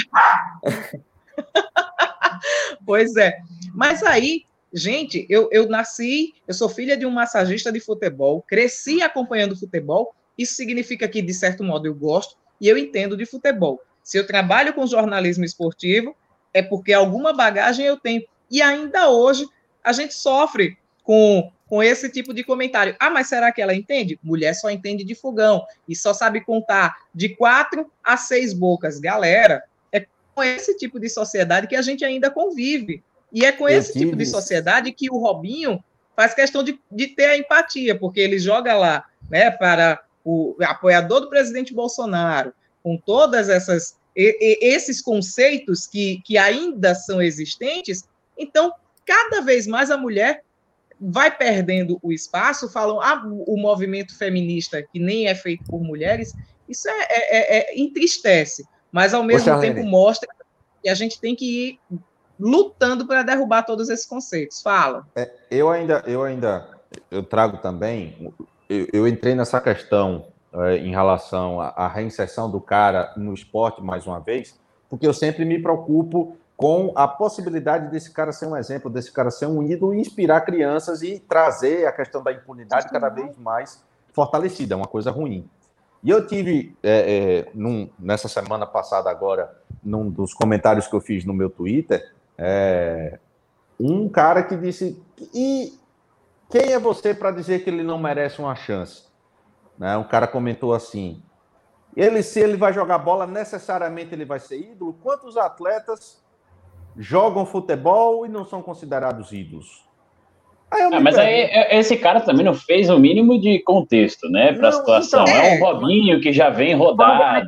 Pois é. Mas aí, gente, eu nasci, eu sou filha de um massagista de futebol, cresci acompanhando futebol, isso significa que, de certo modo, eu gosto e eu entendo de futebol. Se eu trabalho com jornalismo esportivo, é porque alguma bagagem eu tenho. E ainda hoje, a gente sofre com esse tipo de comentário. Ah, mas será que ela entende? Mulher só entende de fogão e só sabe contar de 4 a 6 bocas. Galera, é com esse tipo de sociedade que a gente ainda convive. E é com esse tipo de sociedade que o Robinho faz questão de ter a empatia, porque ele joga lá, né, para o apoiador do presidente Bolsonaro, com todas esses conceitos que ainda são existentes. Então, cada vez mais a mulher vai perdendo o espaço, falam, o movimento feminista, que nem é feito por mulheres, isso entristece, mas ao mesmo tempo mostra que a gente tem que ir lutando para derrubar todos esses conceitos. Fala. Eu trago também, eu entrei nessa questão em relação à reinserção do cara no esporte, mais uma vez, porque eu sempre me preocupo com a possibilidade desse cara ser um exemplo, desse cara ser um ídolo e inspirar crianças e trazer a questão da impunidade cada vez mais fortalecida, é uma coisa ruim. E eu tive, nessa semana passada agora, num dos comentários que eu fiz no meu Twitter, um cara que disse, e quem é você para dizer que ele não merece uma chance? Né? Um cara comentou assim, se ele vai jogar bola, necessariamente ele vai ser ídolo? Quantos atletas jogam futebol e não são considerados ídolos? Mas aí esse cara também não fez o mínimo de contexto, né, para a situação. Então, é um Robinho que já vem rodado.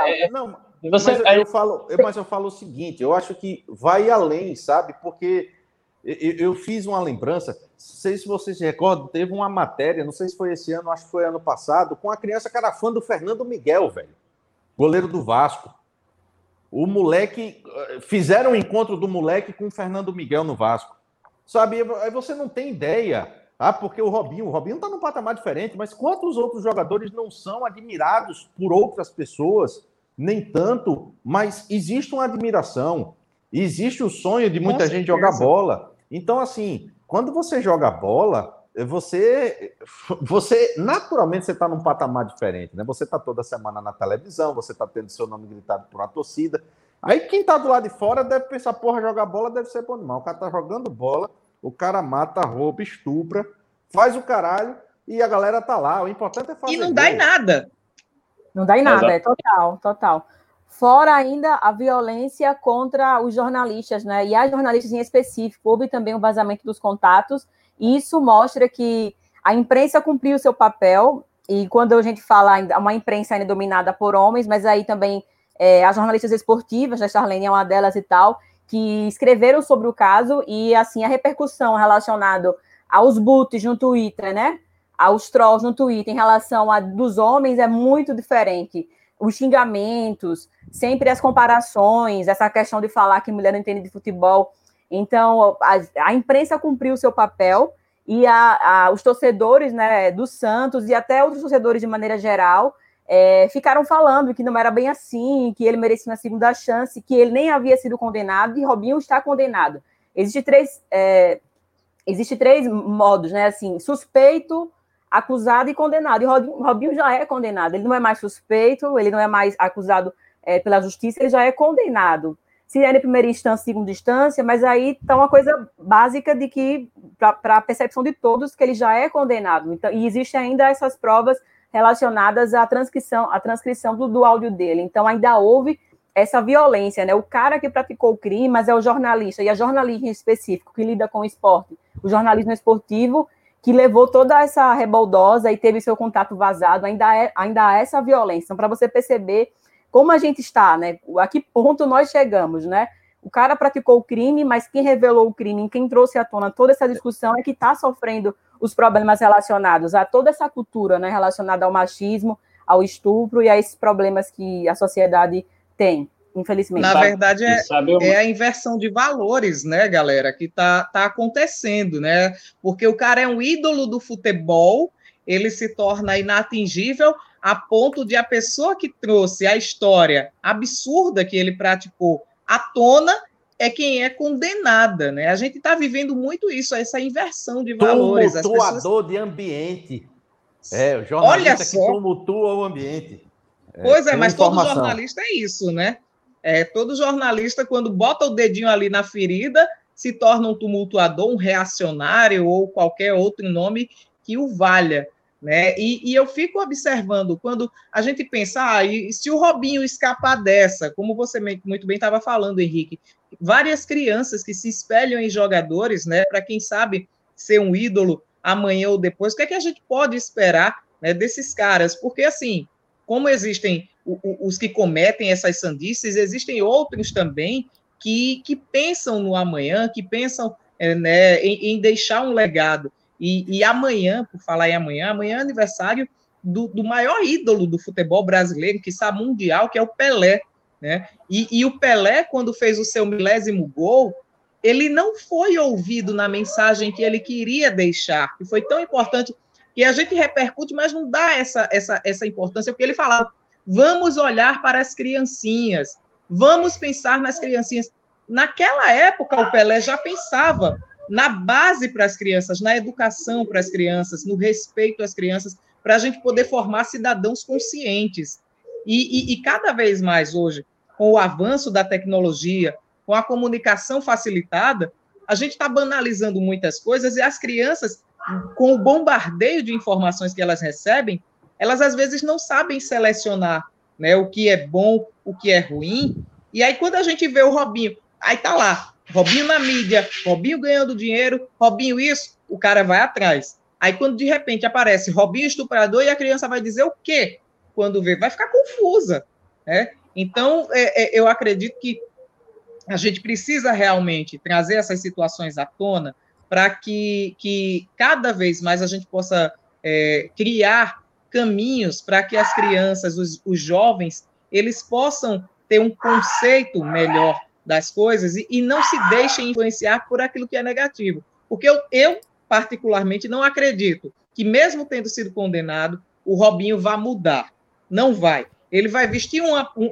Mas eu falo o seguinte, eu acho que vai além, sabe? Porque eu fiz uma lembrança, não sei se vocês se recordam, teve uma matéria, não sei se foi esse ano, acho que foi ano passado, com a criança que era fã do Fernando Miguel, velho, goleiro do Vasco. O moleque, fizeram um encontro do moleque com o Fernando Miguel no Vasco. Sabe, aí você não tem ideia, porque o Robinho está num patamar diferente, mas quantos outros jogadores não são admirados por outras pessoas? Nem tanto, mas existe uma admiração, existe o sonho de muita gente jogar bola. Então, assim, quando você joga bola, você naturalmente você está num patamar diferente, né? Você está toda semana na televisão, você está tendo seu nome gritado por uma torcida. Aí quem está do lado de fora deve pensar, porra, jogar bola deve ser bom demais. O cara tá jogando bola, o cara mata, rouba, estupra, faz o caralho e a galera tá lá. O importante é fazer. E não dá em nada. Não dá em nada, total. Fora ainda a violência contra os jornalistas, né? E as jornalistas em específico, houve também um vazamento dos contatos, e isso mostra que a imprensa cumpriu o seu papel, e quando a gente fala uma imprensa ainda dominada por homens, mas aí também as jornalistas esportivas, a Charlene é uma delas e tal, que escreveram sobre o caso, e assim, a repercussão relacionada aos boots no Twitter, né? Aos trolls no Twitter em relação a dos homens é muito diferente. Os xingamentos, sempre as comparações, essa questão de falar que mulher não entende de futebol. Então, a imprensa cumpriu o seu papel e os torcedores, né, do Santos e até outros torcedores de maneira geral ficaram falando que não era bem assim, que ele merecia uma segunda chance, que ele nem havia sido condenado e Robinho está condenado. Existem três modos, né, assim, suspeito, acusado e condenado. E Robinho já é condenado. Ele não é mais suspeito, ele não é mais acusado pela justiça, ele já é condenado. Se é em primeira instância, segunda instância, mas aí está uma coisa básica de que, para a percepção de todos, que ele já é condenado. Então, e existem ainda essas provas relacionadas à transcrição do áudio dele. Então, ainda houve essa violência, né? O cara que praticou o crime, mas é o jornalista, e a jornalista em específico, que lida com o esporte, o jornalismo esportivo, que levou toda essa reboldosa e teve seu contato vazado, ainda há essa violência. Então, para você perceber como a gente está, né? A que ponto nós chegamos, né? O cara praticou o crime, mas quem revelou o crime, quem trouxe à tona toda essa discussão é que está sofrendo os problemas relacionados a toda essa cultura, né? Relacionada ao machismo, ao estupro e a esses problemas que a sociedade tem, infelizmente. Na verdade, é a inversão de valores, né, galera, que tá acontecendo, né? Porque o cara é um ídolo do futebol, ele se torna inatingível a ponto de a pessoa que trouxe a história absurda que ele praticou à tona é quem é condenada, né? A gente está vivendo muito isso, essa inversão de valores. Tumultuador de ambiente. O jornalista que tumultua o ambiente. Pois é, mas todo jornalista é isso, né? Todo jornalista, quando bota o dedinho ali na ferida, se torna um tumultuador, um reacionário ou qualquer outro nome que o valha, né? E eu fico observando, quando a gente pensa, e se o Robinho escapar dessa, como você muito bem estava falando, Henrique, várias crianças que se espelham em jogadores, né? Para quem sabe ser um ídolo amanhã ou depois, o que é que a gente pode esperar, né, desses caras? Porque, assim, como existem os que cometem essas sandices, existem outros também que pensam no amanhã, que pensam né, em deixar um legado. E amanhã, por falar em amanhã é aniversário do maior ídolo do futebol brasileiro, quiçá mundial, que é o Pelé. Né? E o Pelé, quando fez o seu 1000º gol, ele não foi ouvido na mensagem que ele queria deixar, que foi tão importante, que a gente repercute, mas não dá essa importância, porque ele falava, vamos olhar para as criancinhas, vamos pensar nas criancinhas. Naquela época, o Pelé já pensava na base para as crianças, na educação para as crianças, no respeito às crianças, para a gente poder formar cidadãos conscientes. E cada vez mais hoje, com o avanço da tecnologia, com a comunicação facilitada, a gente está banalizando muitas coisas e as crianças, com o bombardeio de informações que elas recebem, elas às vezes não sabem selecionar, né, o que é bom, o que é ruim. E aí, quando a gente vê o Robinho, aí tá lá, Robinho na mídia, Robinho ganhando dinheiro, Robinho isso, o cara vai atrás. Aí, quando de repente aparece Robinho estuprador, e a criança vai dizer o quê? Quando vê, vai ficar confusa, né? Então, eu acredito que a gente precisa realmente trazer essas situações à tona para que cada vez mais a gente possa criar caminhos para que as crianças, os jovens, eles possam ter um conceito melhor das coisas e não se deixem influenciar por aquilo que é negativo. Porque eu particularmente, não acredito que, mesmo tendo sido condenado, o Robinho vá mudar. Não vai. Ele vai vestir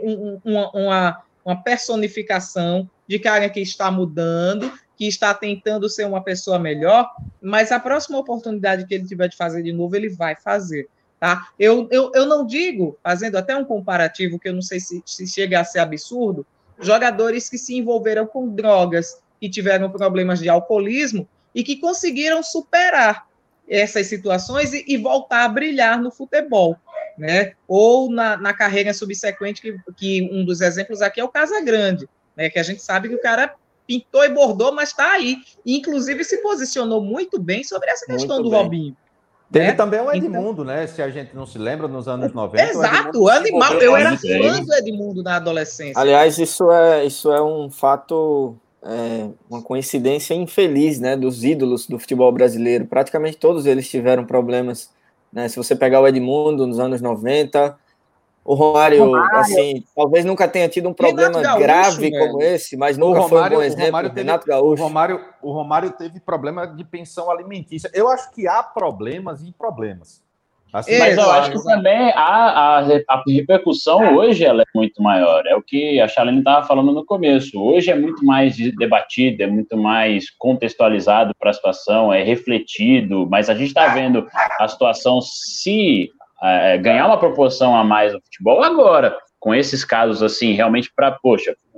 uma personificação de cara que está mudando, que está tentando ser uma pessoa melhor, mas a próxima oportunidade que ele tiver de fazer de novo, ele vai fazer. Tá? Eu não digo, fazendo até um comparativo, que eu não sei se chega a ser absurdo, jogadores que se envolveram com drogas, que tiveram problemas de alcoolismo e que conseguiram superar essas situações e voltar a brilhar no futebol, né? Ou na carreira subsequente, que um dos exemplos aqui é o Casagrande, né? Que a gente sabe que o cara pintou e bordou, mas está aí. E, inclusive, se posicionou muito bem sobre essa questão do Robinho. Teve também o Edmundo, né? Se a gente não se lembra, nos anos 90. Exato, o animal. Eu era fã do Edmundo na adolescência. Aliás, isso é um fato, uma coincidência infeliz, né? Dos ídolos do futebol brasileiro. Praticamente todos eles tiveram problemas, né? Se você pegar o Edmundo nos anos 90, o Romário, assim, talvez nunca tenha tido um problema grave como esse, mas nunca foi um bom exemplo. Renato Gaúcho. O Romário teve problema de pensão alimentícia. Eu acho que há problemas e problemas. Assim, mas eu acho que também a repercussão hoje ela é muito maior. É o que a Charlene estava falando no começo. Hoje é muito mais debatido, é muito mais contextualizado para a situação, é refletido, mas a gente está vendo a situação se ganhar uma proporção a mais no futebol agora, com esses casos assim, realmente para, poxa,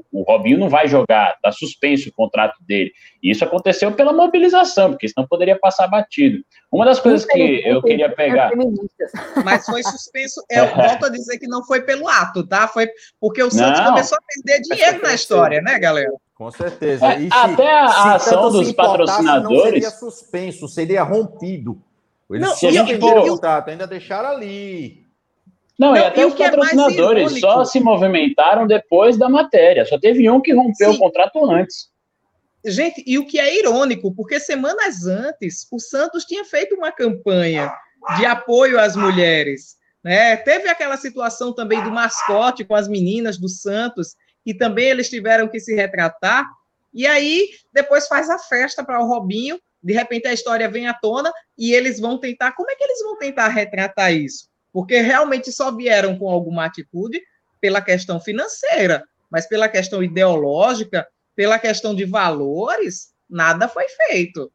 o Robinho não vai jogar, está suspenso o contrato dele. E isso aconteceu pela mobilização, porque senão poderia passar batido. Uma das coisas que eu queria pegar... Mas foi suspenso, eu volto a dizer que não foi pelo ato, tá? Foi porque o Santos começou a perder dinheiro na história, né, galera? Com certeza. E até a ação dos patrocinadores... Não seria suspenso, seria rompido. Eles não contrato, ainda deixaram ali. Não, e até os patrocinadores só se movimentaram depois da matéria. Só teve um que rompeu o contrato antes. Gente, e o que é irônico, porque semanas antes, o Santos tinha feito uma campanha de apoio às mulheres, né? Teve aquela situação também do mascote com as meninas do Santos, que também eles tiveram que se retratar, e aí depois faz a festa para o Robinho, de repente a história vem à tona, e eles vão tentar... Como é que eles vão tentar retratar isso? Porque realmente só vieram com alguma atitude pela questão financeira, mas pela questão ideológica, pela questão de valores, nada foi feito.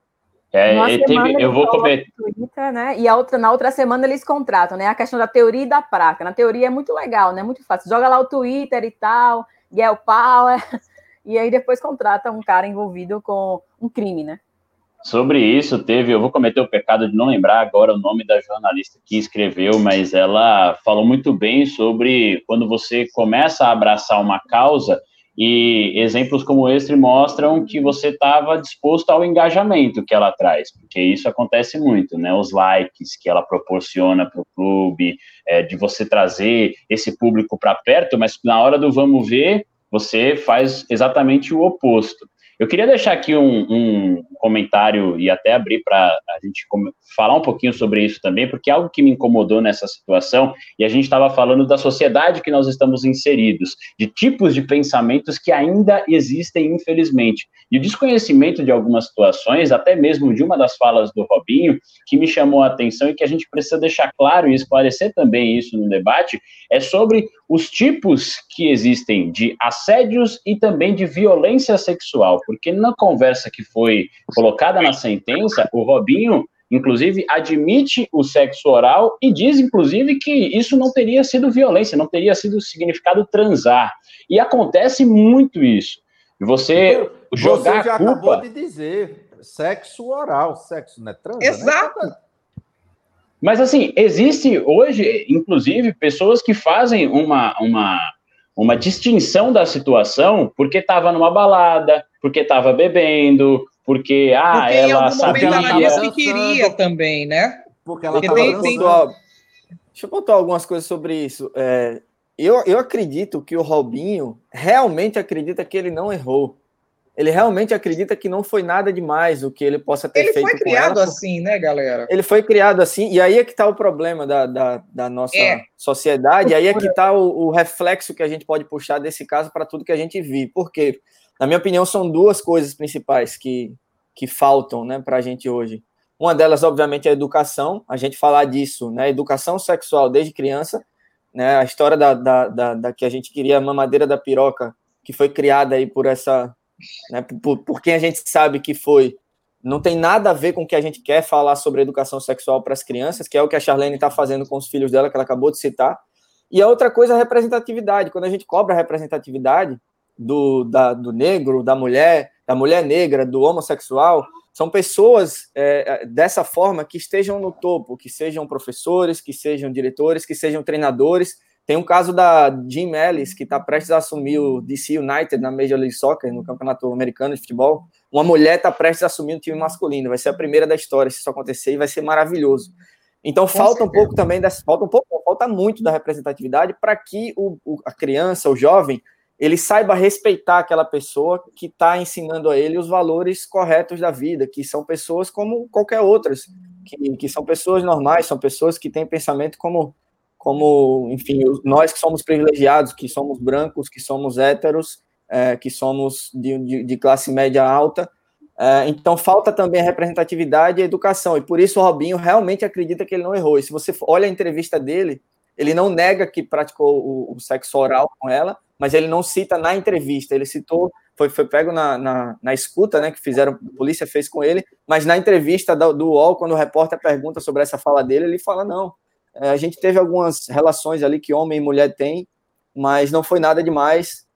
Eu vou comer. Twitter, né? E na outra semana eles contratam, né? A questão da teoria e da prática. Na teoria é muito legal, né? Muito fácil. Joga lá o Twitter e tal, Girl Power, e aí depois contrata um cara envolvido com um crime, né? Sobre isso, eu vou cometer o pecado de não lembrar agora o nome da jornalista que escreveu, mas ela falou muito bem sobre quando você começa a abraçar uma causa, e exemplos como esse mostram que você estava disposto ao engajamento que ela traz, porque isso acontece muito, né? Os likes que ela proporciona para o clube, de você trazer esse público para perto, mas na hora do vamos ver, você faz exatamente o oposto. Eu queria deixar aqui um comentário e até abrir para a gente falar um pouquinho sobre isso também, porque é algo que me incomodou nessa situação, e a gente estava falando da sociedade que nós estamos inseridos, de tipos de pensamentos que ainda existem, infelizmente. E o desconhecimento de algumas situações, até mesmo de uma das falas do Robinho, que me chamou a atenção e que a gente precisa deixar claro e esclarecer também isso no debate, é sobre os tipos que existem de assédios e também de violência sexual, porque na conversa que foi colocada na sentença, o Robinho, inclusive, admite o sexo oral e diz, inclusive, que isso não teria sido violência, não teria sido significado transar. E acontece muito isso. Você jogar Você já a culpa... acabou de dizer, sexo oral, sexo não é trans, Exato. Né? Mas, assim, existe hoje, inclusive, pessoas que fazem uma distinção da situação porque estava numa balada, porque estava bebendo, porque ela sabia... Ela disse que queria também, né? Porque ela estava dançando. Deixa eu contar algumas coisas sobre isso. Eu acredito que o Robinho realmente acredita que ele não errou. Ele realmente acredita que não foi nada demais o que ele possa ter feito com ela. Ele foi criado assim, né, galera? Ele foi criado assim, e aí é que está o problema da nossa sociedade, e aí é que está o reflexo que a gente pode puxar desse caso para tudo que a gente vive. Por quê? Na minha opinião, são duas coisas principais que faltam, né, para a gente hoje. Uma delas, obviamente, é a educação, a gente falar disso, né, educação sexual desde criança, né, a história da que a gente queria a mamadeira da piroca, que foi criada aí por essa... Né, por quem a gente sabe que foi, não tem nada a ver com o que a gente quer falar sobre educação sexual para as crianças, que é o que a Charlene está fazendo com os filhos dela, que ela acabou de citar. E a outra coisa é a representatividade. Quando a gente cobra a representatividade do negro, da mulher negra, do homossexual, são pessoas dessa forma que estejam no topo, que sejam professores, que sejam diretores, que sejam treinadores. Tem um caso da Jim Ellis, que está prestes a assumir o DC United na Major League Soccer, no Campeonato Americano de Futebol. Uma mulher está prestes a assumir um time masculino. Vai ser a primeira da história se isso acontecer e vai ser maravilhoso. Então, falta muito da representatividade para que a criança, o jovem, ele saiba respeitar aquela pessoa que está ensinando a ele os valores corretos da vida, que são pessoas como qualquer outras, que são pessoas normais, são pessoas que têm pensamento como, enfim, nós que somos privilegiados, que somos brancos, que somos héteros, que somos de classe média alta. Então, falta também a representatividade e a educação, e por isso o Robinho realmente acredita que ele não errou. E se você olha a entrevista dele, ele não nega que praticou o sexo oral com ela, mas ele não cita na entrevista, ele citou, foi pego na escuta, né, que a polícia fez com ele, mas na entrevista do UOL, quando o repórter pergunta sobre essa fala dele, ele fala, não, a gente teve algumas relações ali que homem e mulher têm, mas não foi nada demais,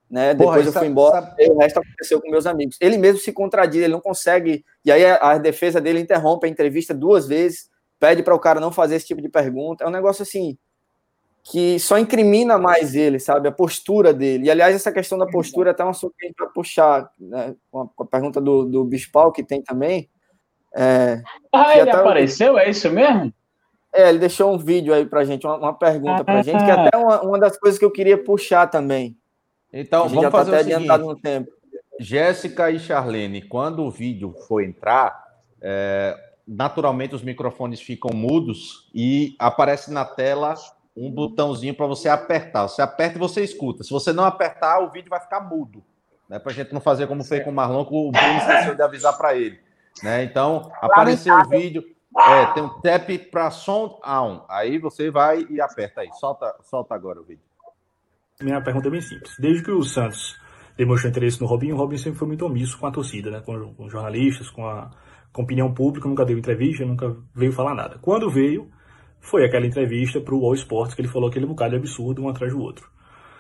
né? Depois eu fui embora, e o resto aconteceu com meus amigos. Ele mesmo se contradiz, ele não consegue, e aí a defesa dele interrompe a entrevista 2 vezes, pede para o cara não fazer esse tipo de pergunta. É um negócio assim que só incrimina mais ele, sabe? A postura dele. E, aliás, essa questão da postura é até um assunto que a gente vai puxar, né? Com a pergunta do Bispal, que tem também. Ele apareceu? É isso mesmo? Ele deixou um vídeo aí pra gente, uma pergunta pra gente, que é até uma das coisas que eu queria puxar também. Então, a gente vamos fazer o seguinte, adiantado no tempo. Jéssica e Charlene, quando o vídeo for entrar, naturalmente os microfones ficam mudos e aparece na tela um botãozinho para você apertar. Você aperta e você escuta. Se você não apertar, o vídeo vai ficar mudo. Né? Para a gente não fazer como fez com o Marlon, que o Bruno esqueceu de avisar para ele. Né? Então, apareceu o vídeo, tem um tap para sound on. Aí você vai e aperta aí. Solta agora o vídeo. Minha pergunta é bem simples. Desde que o Santos demonstrou interesse no Robinho, o Robinho sempre foi muito omisso com a torcida, né? Com jornalistas, com a opinião pública, nunca deu entrevista, nunca veio falar nada. Quando veio, foi aquela entrevista para o All Sports que ele falou aquele bocado de absurdo um atrás do outro.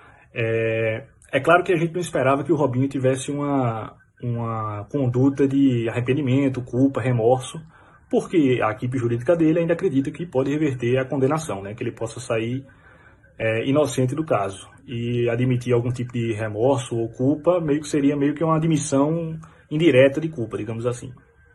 É claro que a gente não esperava que o Robinho tivesse uma conduta de arrependimento, culpa, remorso, porque a equipe jurídica dele ainda acredita que pode reverter a condenação, né? Que ele possa sair inocente do caso. E admitir algum tipo de remorso ou culpa seria meio que uma admissão indireta de culpa, digamos assim.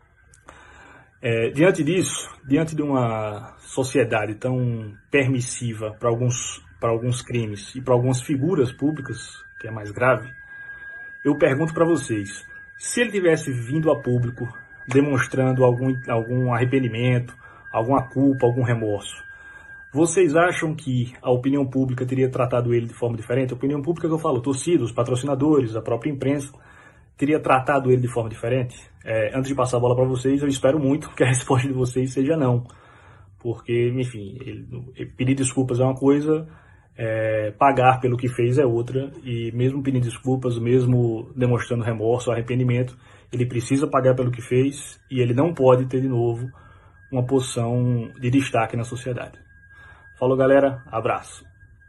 Diante disso, diante de uma sociedade tão permissiva para alguns crimes e para algumas figuras públicas, que é mais grave, eu pergunto para vocês, se ele tivesse vindo a público demonstrando algum arrependimento, alguma culpa, algum remorso, vocês acham que a opinião pública teria tratado ele de forma diferente? A opinião pública que eu falo, torcida, os patrocinadores, a própria imprensa, teria tratado ele de forma diferente? Antes de passar a bola para vocês, eu espero muito que a resposta de vocês seja não. Porque, enfim, pedir desculpas é uma coisa, pagar pelo que fez é outra, e mesmo pedindo desculpas, mesmo demonstrando remorso, arrependimento, ele precisa pagar pelo que fez e ele não pode ter de novo uma posição de destaque na sociedade. Falou, galera. Abraço.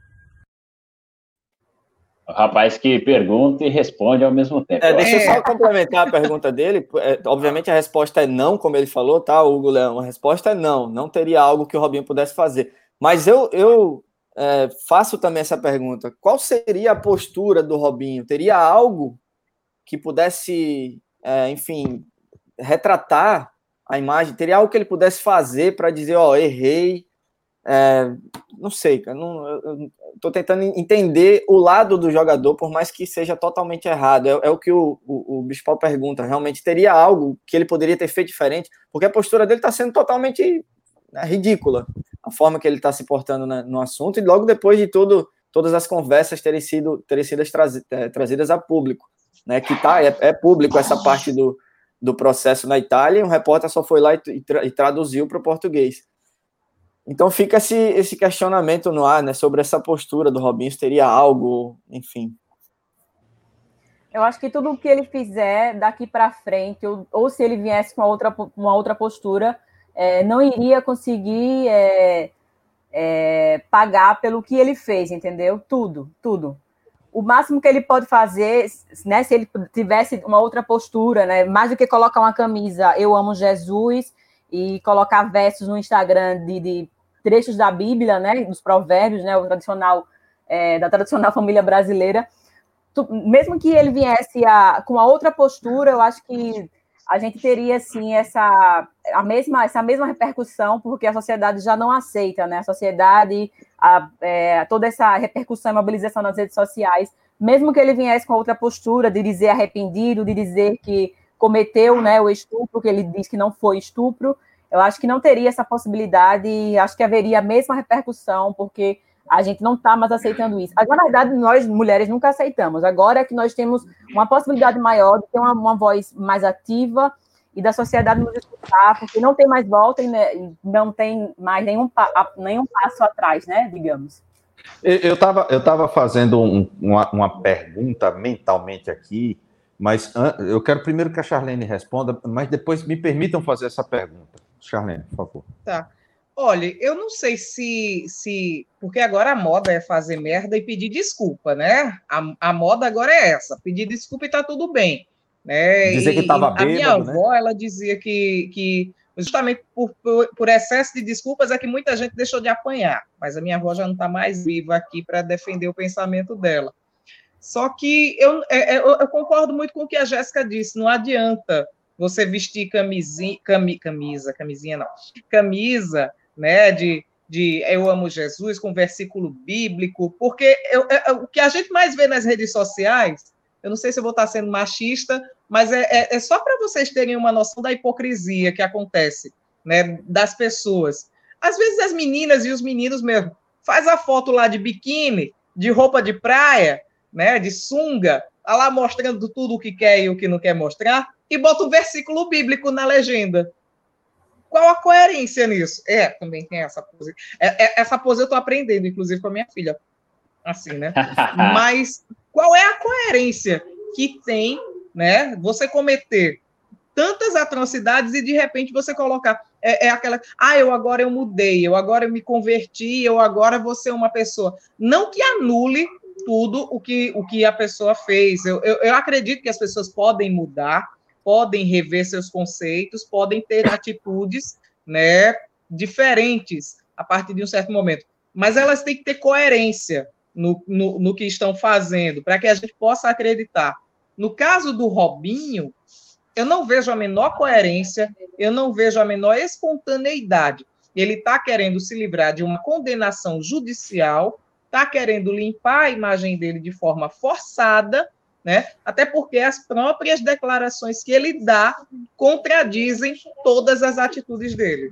O rapaz que pergunta e responde ao mesmo tempo. Deixa eu só complementar a pergunta dele. Obviamente a resposta é não, como ele falou, tá, Hugo Leão? A resposta é não. Não teria algo que o Robinho pudesse fazer. Mas eu faço também essa pergunta. Qual seria a postura do Robinho? Teria algo que pudesse, enfim, retratar a imagem? Teria algo que ele pudesse fazer para dizer, errei? Não sei, cara. Estou tentando entender o lado do jogador, por mais que seja totalmente errado. É o que o Bispal pergunta. Realmente teria algo que ele poderia ter feito diferente? Porque a postura dele está sendo totalmente ridícula. A forma que ele está se portando no assunto, e logo depois de todas as conversas terem sido trazidas a público. Né, que é público essa parte do processo na Itália, e um repórter só foi lá e traduziu para o português. Então fica esse questionamento no ar, né, sobre essa postura do Robinho, se teria algo, enfim. Eu acho que tudo o que ele fizer daqui para frente, ou se ele viesse com uma outra postura, não iria conseguir pagar pelo que ele fez, entendeu? Tudo. O máximo que ele pode fazer, né, se ele tivesse uma outra postura, né, mais do que colocar uma camisa "Eu amo Jesus" e colocar versos no Instagram de trechos da Bíblia, né, dos provérbios, né, da tradicional família brasileira, mesmo que ele viesse com a outra postura, eu acho que a gente teria, assim, essa mesma repercussão, porque a sociedade já não aceita, né, a sociedade, toda essa repercussão e mobilização nas redes sociais, mesmo que ele viesse com outra postura de dizer arrependido, de dizer que cometeu, né, o estupro, que ele diz que não foi estupro, eu acho que não teria essa possibilidade, e acho que haveria a mesma repercussão, porque a gente não está mais aceitando isso. Mas, na verdade, nós, mulheres, nunca aceitamos. Agora é que nós temos uma possibilidade maior de ter uma voz mais ativa e da sociedade nos escutar, porque não tem mais volta e não tem mais nenhum passo atrás, né, digamos. Eu tava fazendo uma pergunta mentalmente aqui, mas eu quero primeiro que a Charlene responda, mas depois me permitam fazer essa pergunta. Charlene, por favor. Tá. Olha, eu não sei se porque agora a moda é fazer merda e pedir desculpa, né? A moda agora é essa, pedir desculpa e tá tudo bem, né? Dizer que estava a minha bêbado, né? avó, ela dizia que justamente por excesso de desculpas é que muita gente deixou de apanhar, mas a minha avó já não está mais viva aqui para defender o pensamento dela. Só que eu concordo muito com o que a Jéssica disse, não adianta você vestir camisinha não, camisa, né, de eu amo Jesus, com versículo bíblico, porque o que a gente mais vê nas redes sociais, eu não sei se eu vou estar sendo machista, mas é só para vocês terem uma noção da hipocrisia que acontece, né, das pessoas. Às vezes as meninas e os meninos mesmo, faz a foto lá de biquíni, de roupa de praia, né, de sunga, tá lá mostrando tudo o que quer e o que não quer mostrar, e bota um versículo bíblico na legenda. Qual a coerência nisso? Também tem essa pose. Essa pose eu estou aprendendo, inclusive, com a minha filha. Assim, né? Mas qual é a coerência que tem, né? Você cometer tantas atrocidades e, de repente, você colocar... aquela... agora eu mudei, agora eu me converti, eu agora vou ser uma pessoa. Não que anule tudo o que a pessoa fez. Eu acredito que as pessoas podem mudar, podem rever seus conceitos, podem ter atitudes, né, diferentes a partir de um certo momento. Mas elas têm que ter coerência no que estão fazendo, para que a gente possa acreditar. No caso do Robinho, eu não vejo a menor coerência, eu não vejo a menor espontaneidade. Ele está querendo se livrar de uma condenação judicial, está querendo limpar a imagem dele de forma forçada, né? Até porque as próprias declarações que ele dá contradizem todas as atitudes dele.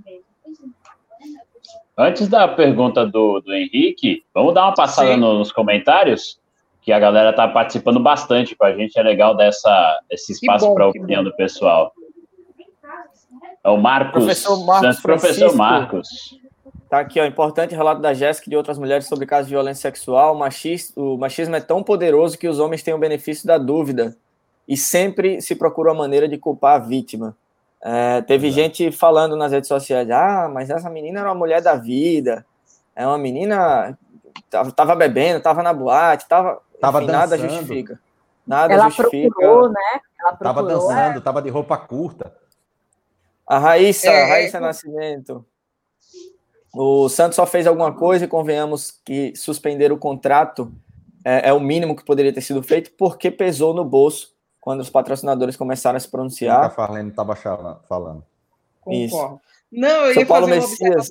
Antes da pergunta do Henrique, vamos dar uma passada nos comentários, que a galera está participando bastante com a gente, é legal dar esse espaço para a opinião do pessoal. É o Marcos, professor Marcos. Tá aqui, ó, importante relato da Jéssica e de outras mulheres sobre casos de violência sexual. O machismo é tão poderoso que os homens têm o benefício da dúvida e sempre se procura uma maneira de culpar a vítima. Teve gente falando nas redes sociais, mas essa menina era uma mulher da vida, é uma menina, tava bebendo, tava na boate, enfim, nada justifica. Ela procurou, né? Tava dançando, tava de roupa curta. A Raíssa Nascimento. O Santos só fez alguma coisa e convenhamos que suspender o contrato é o mínimo que poderia ter sido feito porque pesou no bolso quando os patrocinadores começaram a se pronunciar. A Farlene estava falando. Concordo. Não, eu São ia Paulo fazer Messias.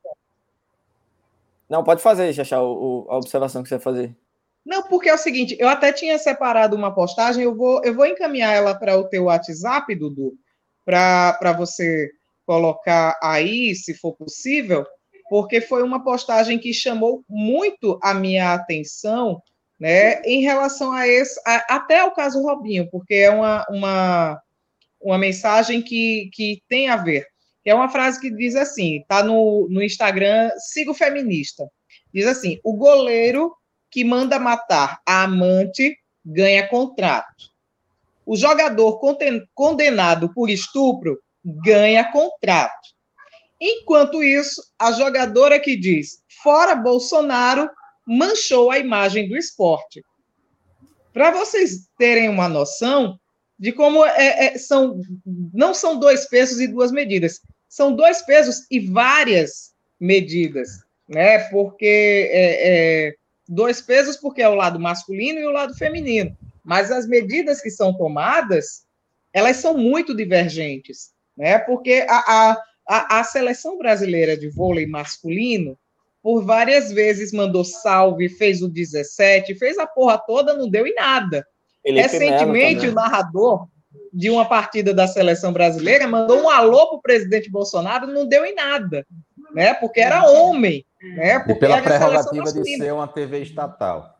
Não, pode fazer, Xaxá, a observação que você vai fazer. Não, porque é o seguinte, eu até tinha separado uma postagem, eu vou encaminhar ela para o teu WhatsApp, Dudu, para você colocar aí, se for possível, porque foi uma postagem que chamou muito a minha atenção, né, em relação até o caso Robinho, porque é uma mensagem que tem a ver. É uma frase que diz assim, está no Instagram, Sigo Feminista, diz assim, o goleiro que manda matar a amante ganha contrato. O jogador condenado por estupro ganha contrato. Enquanto isso, a jogadora que diz fora Bolsonaro manchou a imagem do esporte. Para vocês terem uma noção de como não são dois pesos e duas medidas, são dois pesos e várias medidas, né? Porque dois pesos porque é o lado masculino e o lado feminino, mas as medidas que são tomadas, elas são muito divergentes, né? Porque a seleção brasileira de vôlei masculino, por várias vezes mandou salve, fez o 17, fez a porra toda, não deu em nada. Recentemente, o narrador de uma partida da seleção brasileira mandou um alô para o presidente Bolsonaro, não deu em nada, né? Porque era homem, né? Porque e pela prerrogativa de ser uma TV estatal.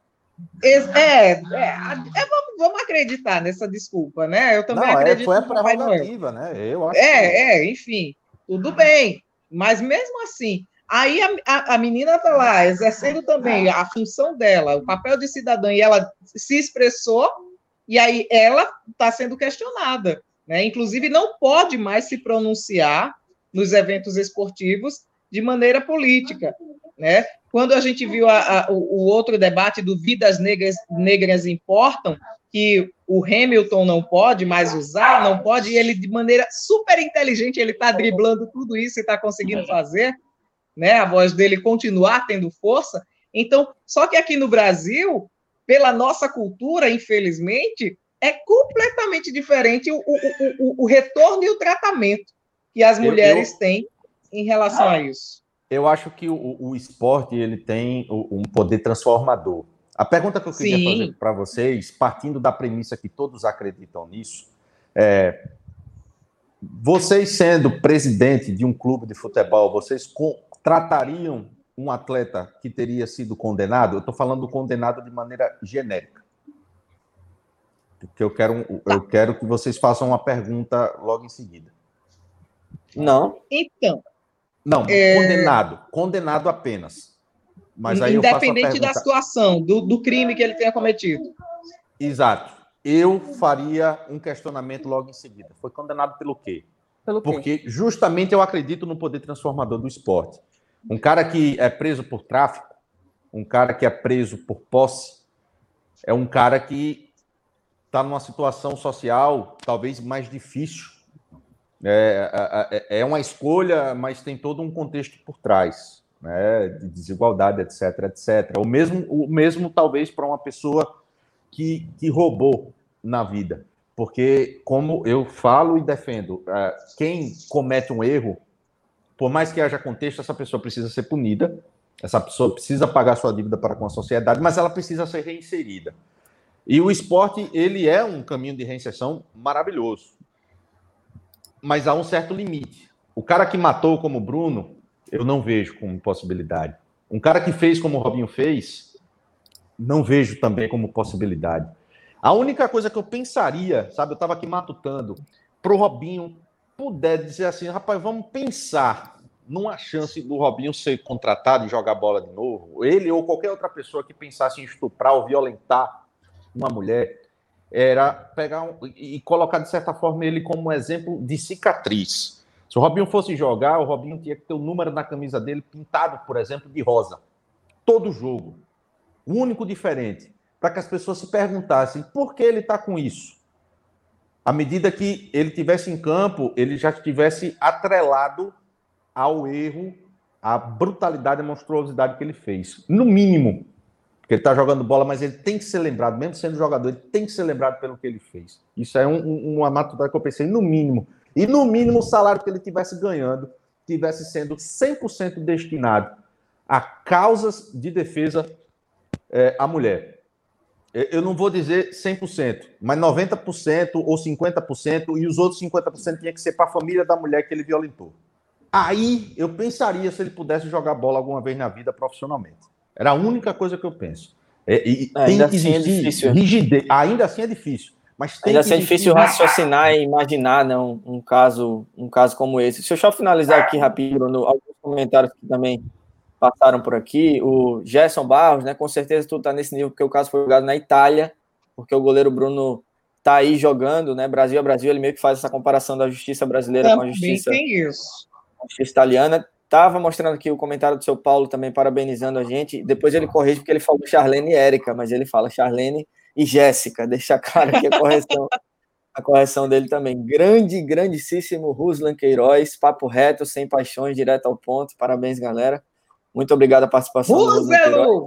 Vamos acreditar nessa desculpa, né? Eu também acredito. Foi a prerrogativa, né? Eu acho enfim, tudo bem. Mas mesmo assim, aí a menina está lá exercendo também a função dela, o papel de cidadã, e ela se expressou, e aí ela está sendo questionada, né? Inclusive, não pode mais se pronunciar nos eventos esportivos de maneira política, né? Quando a gente viu o outro debate do Vidas Negras Importam, que o Hamilton não pode mais usar, não pode, e ele, de maneira super inteligente, ele está driblando tudo isso e está conseguindo fazer, né? A voz dele continuar tendo força. Então, só que aqui no Brasil, pela nossa cultura, infelizmente, é completamente diferente o retorno e o tratamento que as mulheres têm em relação a isso. Eu acho que o esporte ele tem um poder transformador. A pergunta que eu queria fazer para vocês, partindo da premissa que todos acreditam nisso, vocês sendo presidente de um clube de futebol, vocês tratariam um atleta que teria sido condenado? Eu estou falando condenado de maneira genérica. Porque eu quero que vocês façam uma pergunta logo em seguida. Não. Então. Não, condenado apenas. Mas aí independente da situação, do crime que ele tenha cometido. Exato. Eu faria um questionamento logo em seguida. Foi condenado pelo quê? Porque justamente eu acredito no poder transformador do esporte. Um cara que é preso por tráfico, um cara que é preso por posse, é um cara que está numa situação social talvez mais difícil. É uma escolha, mas tem todo um contexto por trás, né, de desigualdade, etc, etc. O mesmo talvez para uma pessoa que roubou na vida. Porque, como eu falo e defendo, quem comete um erro, por mais que haja contexto, essa pessoa precisa ser punida, essa pessoa precisa pagar sua dívida para com a sociedade, mas ela precisa ser reinserida. E o esporte, ele é um caminho de reinserção maravilhoso. Mas há um certo limite. O cara que matou como o Bruno, eu não vejo como possibilidade. Um cara que fez como o Robinho fez, não vejo também como possibilidade. A única coisa que eu pensaria, sabe, eu estava aqui matutando, para o Robinho puder dizer assim, rapaz, vamos pensar numa chance do Robinho ser contratado e jogar bola de novo, ele ou qualquer outra pessoa que pensasse em estuprar ou violentar uma mulher, era pegar e colocar, de certa forma, ele como exemplo de cicatriz. Se o Robinho fosse jogar, o Robinho tinha que ter o número na camisa dele pintado, por exemplo, de rosa. Todo jogo. O único diferente. Para que as pessoas se perguntassem por que ele está com isso. À medida que ele estivesse em campo, ele já estivesse atrelado ao erro, à brutalidade e monstruosidade que ele fez. No mínimo. Porque ele está jogando bola, mas ele tem que ser lembrado, mesmo sendo jogador, ele tem que ser lembrado pelo que ele fez. Isso é uma maturidade que eu pensei, no mínimo. E no mínimo o salário que ele estivesse ganhando estivesse sendo 100% destinado a causas de defesa à mulher. Eu não vou dizer 100%, mas 90% ou 50%, e os outros 50% tinha que ser para a família da mulher que ele violentou. Aí eu pensaria se ele pudesse jogar bola alguma vez na vida profissionalmente. Era a única coisa que eu penso. Tem que existir rigidez. Ainda assim é difícil. Mas tem ainda assim é difícil raciocinar e imaginar, né, um caso como esse. Deixa eu só finalizar aqui rapidinho, Bruno, alguns comentários que também passaram por aqui. O Gerson Barros, né, com certeza tu tá nesse nível, porque o caso foi jogado na Itália, porque o goleiro Bruno tá aí jogando, né, Brasil a Brasil, ele meio que faz essa comparação da justiça brasileira com a justiça italiana. Tava mostrando aqui o comentário do seu Paulo também, parabenizando a gente. Depois ele corrige, porque ele falou Charlene e Érica, mas ele fala Charlene e Jéssica. Deixa claro aqui a correção dele também. Grandíssimo Ruslan Queiroz, papo reto, sem paixões, direto ao ponto. Parabéns, galera. Muito obrigado a participação do Ruslan Queiroz.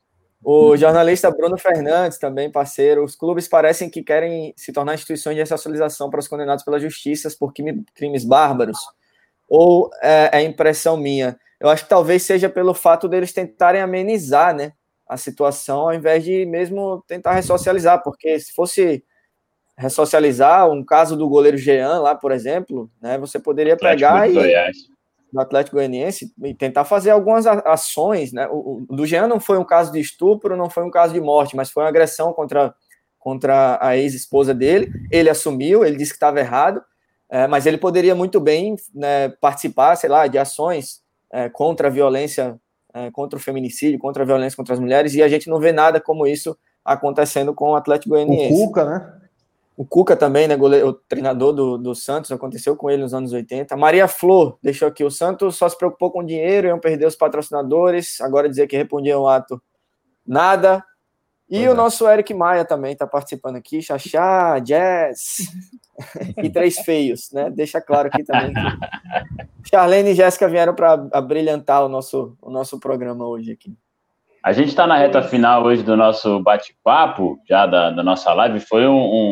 O jornalista Bruno Fernandes, também parceiro. Os clubes parecem que querem se tornar instituições de ressocialização para os condenados pela justiça por crimes bárbaros. Ou é impressão minha? Eu acho que talvez seja pelo fato deles tentarem amenizar, né, a situação, ao invés de mesmo tentar ressocializar, porque se fosse ressocializar um caso do goleiro Jean lá, por exemplo, né, você poderia pegar do Atlético Goianiense e tentar fazer algumas ações, né? O do Jean não foi um caso de estupro, não foi um caso de morte, mas foi uma agressão contra a ex-esposa dele. Ele assumiu, ele disse que estava errado. Mas ele poderia muito bem, né, participar, sei lá, de ações contra a violência, contra o feminicídio, contra a violência contra as mulheres, e a gente não vê nada como isso acontecendo com o Atlético Goianiense. O Cuca, né? O Cuca também, né, o treinador do Santos, aconteceu com ele nos anos 80. Maria Flor deixou aqui, o Santos só se preocupou com dinheiro, iam perder os patrocinadores, agora dizer que respondiam o ato, nada. E o nosso Eric Maia também está participando aqui, Xaxá, Jazz e Três Feios, né? Deixa claro aqui também que Charlene e Jéssica vieram para brilhantar o nosso programa hoje aqui. A gente está na reta final hoje do nosso bate-papo, já da nossa live. Foi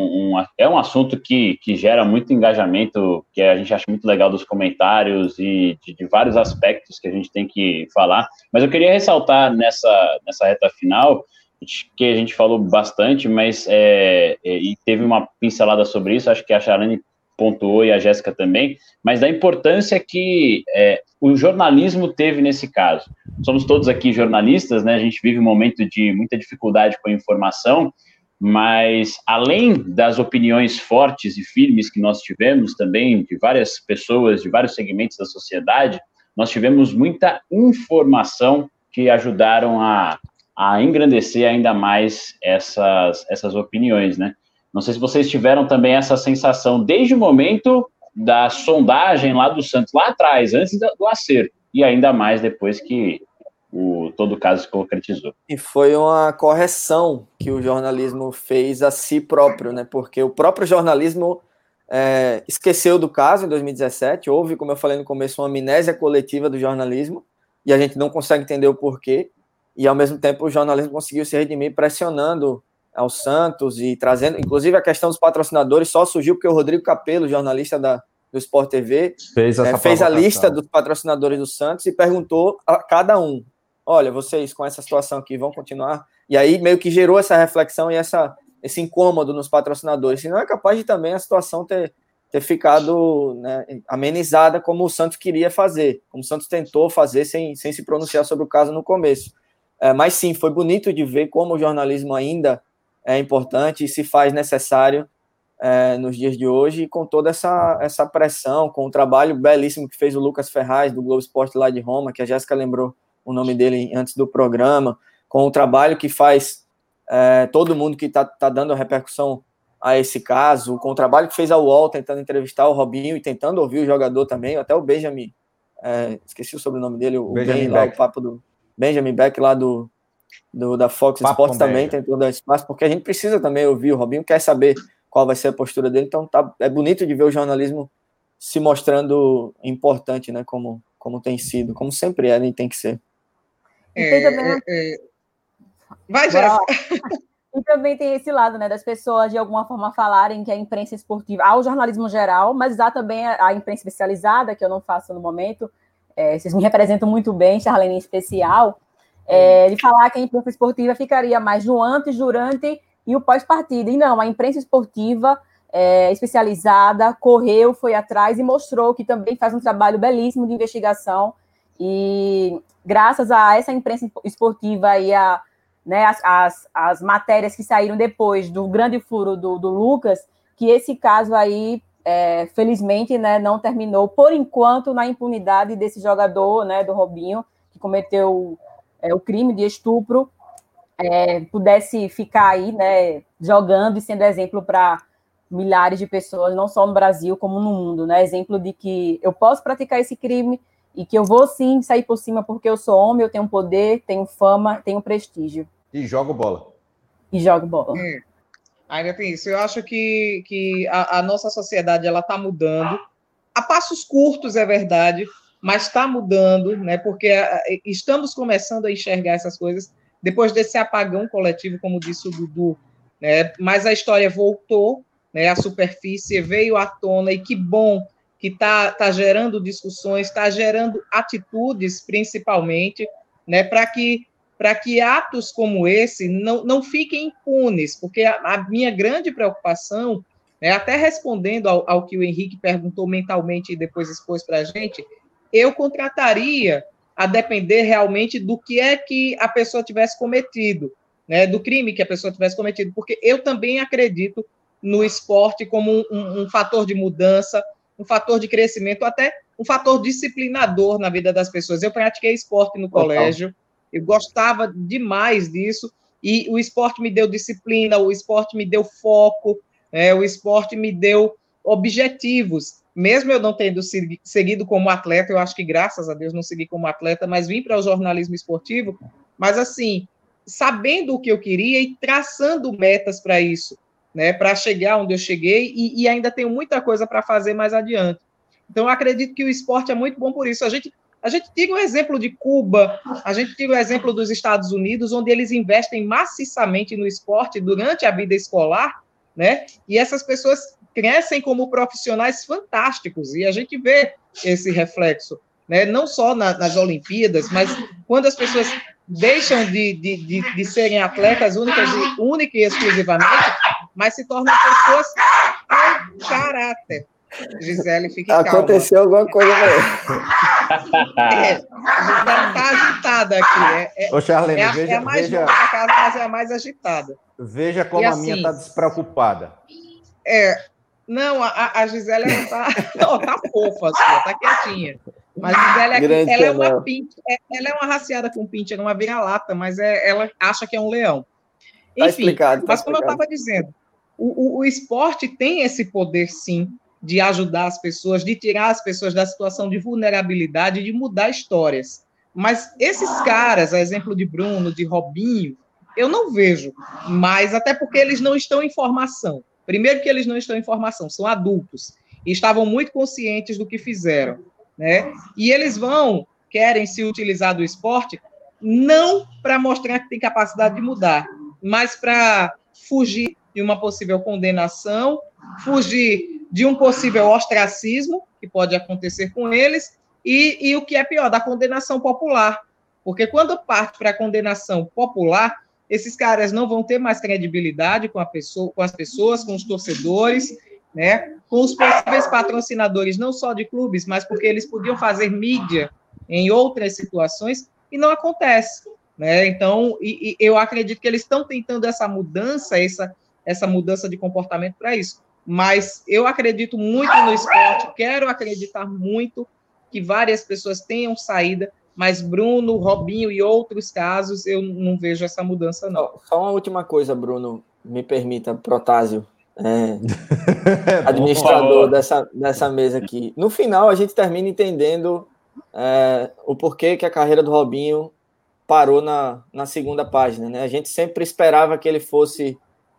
um assunto que gera muito engajamento, que a gente acha muito legal dos comentários e de vários aspectos que a gente tem que falar. Mas eu queria ressaltar nessa reta final, que a gente falou bastante, mas e teve uma pincelada sobre isso, acho que a Charlene pontuou e a Jéssica também, mas da importância que o jornalismo teve nesse caso. Somos todos aqui jornalistas, né? A gente vive um momento de muita dificuldade com a informação, mas além das opiniões fortes e firmes que nós tivemos também, de várias pessoas, de vários segmentos da sociedade, nós tivemos muita informação que ajudaram a engrandecer ainda mais essas opiniões, né? Não sei se vocês tiveram também essa sensação desde o momento da sondagem lá do Santos, lá atrás, antes do acerto, e ainda mais depois que todo o caso se concretizou. E foi uma correção que o jornalismo fez a si próprio, né? Porque o próprio jornalismo esqueceu do caso em 2017, houve, como eu falei no começo, uma amnésia coletiva do jornalismo, e a gente não consegue entender o porquê, e ao mesmo tempo o jornalismo conseguiu se redimir pressionando ao Santos e trazendo, inclusive a questão dos patrocinadores só surgiu porque o Rodrigo Capello, jornalista do Sport TV, fez a lista dos patrocinadores do Santos e perguntou a cada um, olha, vocês com essa situação aqui vão continuar? E aí meio que gerou essa reflexão e esse incômodo nos patrocinadores, se não é capaz de também a situação ter ficado, né, amenizada como o Santos queria fazer, como o Santos tentou fazer sem se pronunciar sobre o caso no começo. Mas sim, foi bonito de ver como o jornalismo ainda é importante e se faz necessário nos dias de hoje, com toda essa pressão, com o trabalho belíssimo que fez o Lucas Ferraz, do Globo Esporte lá de Roma, que a Jéssica lembrou o nome dele antes do programa, com o trabalho que faz todo mundo que está dando repercussão a esse caso, com o trabalho que fez a UOL tentando entrevistar o Robinho e tentando ouvir o jogador também, até o Benjamin, esqueci o sobrenome dele, o Ben, lá, o papo do Benjamin Beck lá da Fox Sports também tentou dar espaço, porque a gente precisa também ouvir o Robinho, quer saber qual vai ser a postura dele, então é bonito de ver o jornalismo se mostrando importante, né, como tem sido, como sempre é, nem tem que ser. Vai, Jéssica. E também tem esse lado, né, das pessoas de alguma forma falarem que a imprensa esportiva, há o jornalismo geral, mas há também a imprensa especializada, que eu não faço no momento, vocês me representam muito bem, Charlene em especial, de falar que a imprensa esportiva ficaria mais no antes, durante e o pós-partida. E não, a imprensa esportiva especializada correu, foi atrás e mostrou que também faz um trabalho belíssimo de investigação. E graças a essa imprensa esportiva e as matérias que saíram depois do grande furo do Lucas, que esse caso aí, felizmente, né, não terminou, por enquanto, na impunidade desse jogador, né, do Robinho, que cometeu o crime de estupro, pudesse ficar aí, né, jogando e sendo exemplo para milhares de pessoas, não só no Brasil, como no mundo, né, exemplo de que eu posso praticar esse crime e que eu vou, sim, sair por cima porque eu sou homem, eu tenho poder, tenho fama, tenho prestígio. E jogo bola. Ainda tem isso. Eu acho que a nossa sociedade ela está mudando, a passos curtos, é verdade, mas está mudando, né? Porque estamos começando a enxergar essas coisas depois desse apagão coletivo, como disse o Dudu, né? Mas a história voltou, né? A superfície veio à tona, e que bom que está gerando discussões, está gerando atitudes, principalmente, né? Para que atos como esse não fiquem impunes, porque a minha grande preocupação, né, até respondendo ao que o Henrique perguntou mentalmente e depois expôs para a gente, eu contrataria a depender realmente do que é que a pessoa tivesse cometido, né, do crime que a pessoa tivesse cometido, porque eu também acredito no esporte como um fator de mudança, um fator de crescimento, até um fator disciplinador na vida das pessoas. Eu pratiquei esporte no colégio, eu gostava demais disso, e o esporte me deu disciplina, o esporte me deu foco, O esporte me deu objetivos, mesmo eu não tendo seguido como atleta, eu acho que graças a Deus não segui como atleta, mas vim para o jornalismo esportivo, mas assim, sabendo o que eu queria e traçando metas para isso, né, para chegar onde eu cheguei, e ainda tenho muita coisa para fazer mais adiante. Então, eu acredito que o esporte é muito bom por isso. A gente tira o exemplo de Cuba, a gente tira o exemplo dos Estados Unidos, onde eles investem maciçamente no esporte durante a vida escolar, né? E essas pessoas crescem como profissionais fantásticos, e a gente vê esse reflexo, né? Não só nas Olimpíadas, mas quando as pessoas deixam de serem atletas única e exclusivamente, mas se tornam pessoas com caráter. Gisele, fique calma. Aconteceu alguma coisa mesmo. A Gisele está agitada aqui. Ô, Charlene, é a mais nova da casa, mas é a mais agitada. Veja como a minha está despreocupada. Não, a Gisele está fofa, está quietinha. Mas a Gisele ela é uma pincher, ela é uma raciada com pincher, uma vira-lata, mas ela acha que é um leão. Enfim, mas como eu estava dizendo, o esporte tem esse poder, sim, de ajudar as pessoas, de tirar as pessoas da situação de vulnerabilidade, de mudar histórias. Mas esses caras, a exemplo de Bruno, de Robinho, eu não vejo, mas até porque eles não estão em formação. Primeiro que eles não estão em formação, são adultos, e estavam muito conscientes do que fizeram, né? E eles querem se utilizar do esporte, não para mostrar que tem capacidade de mudar, mas para fugir de uma possível condenação, fugir de um possível ostracismo, que pode acontecer com eles, e o que é pior, da condenação popular. Porque quando parte para a condenação popular, esses caras não vão ter mais credibilidade com as pessoas, com os torcedores, né? Com os possíveis patrocinadores, não só de clubes, mas porque eles podiam fazer mídia em outras situações, e não acontece. Né? Então, eu acredito que eles estão tentando essa mudança de comportamento para isso. Mas eu acredito muito no esporte, quero acreditar muito que várias pessoas tenham saída, mas Bruno, Robinho e outros casos, eu não vejo essa mudança, não. Só uma última coisa, Bruno, me permita, Protásio, administrador dessa mesa aqui. No final, a gente termina entendendo o porquê que a carreira do Robinho parou na segunda página, né? A gente sempre esperava que ele fosse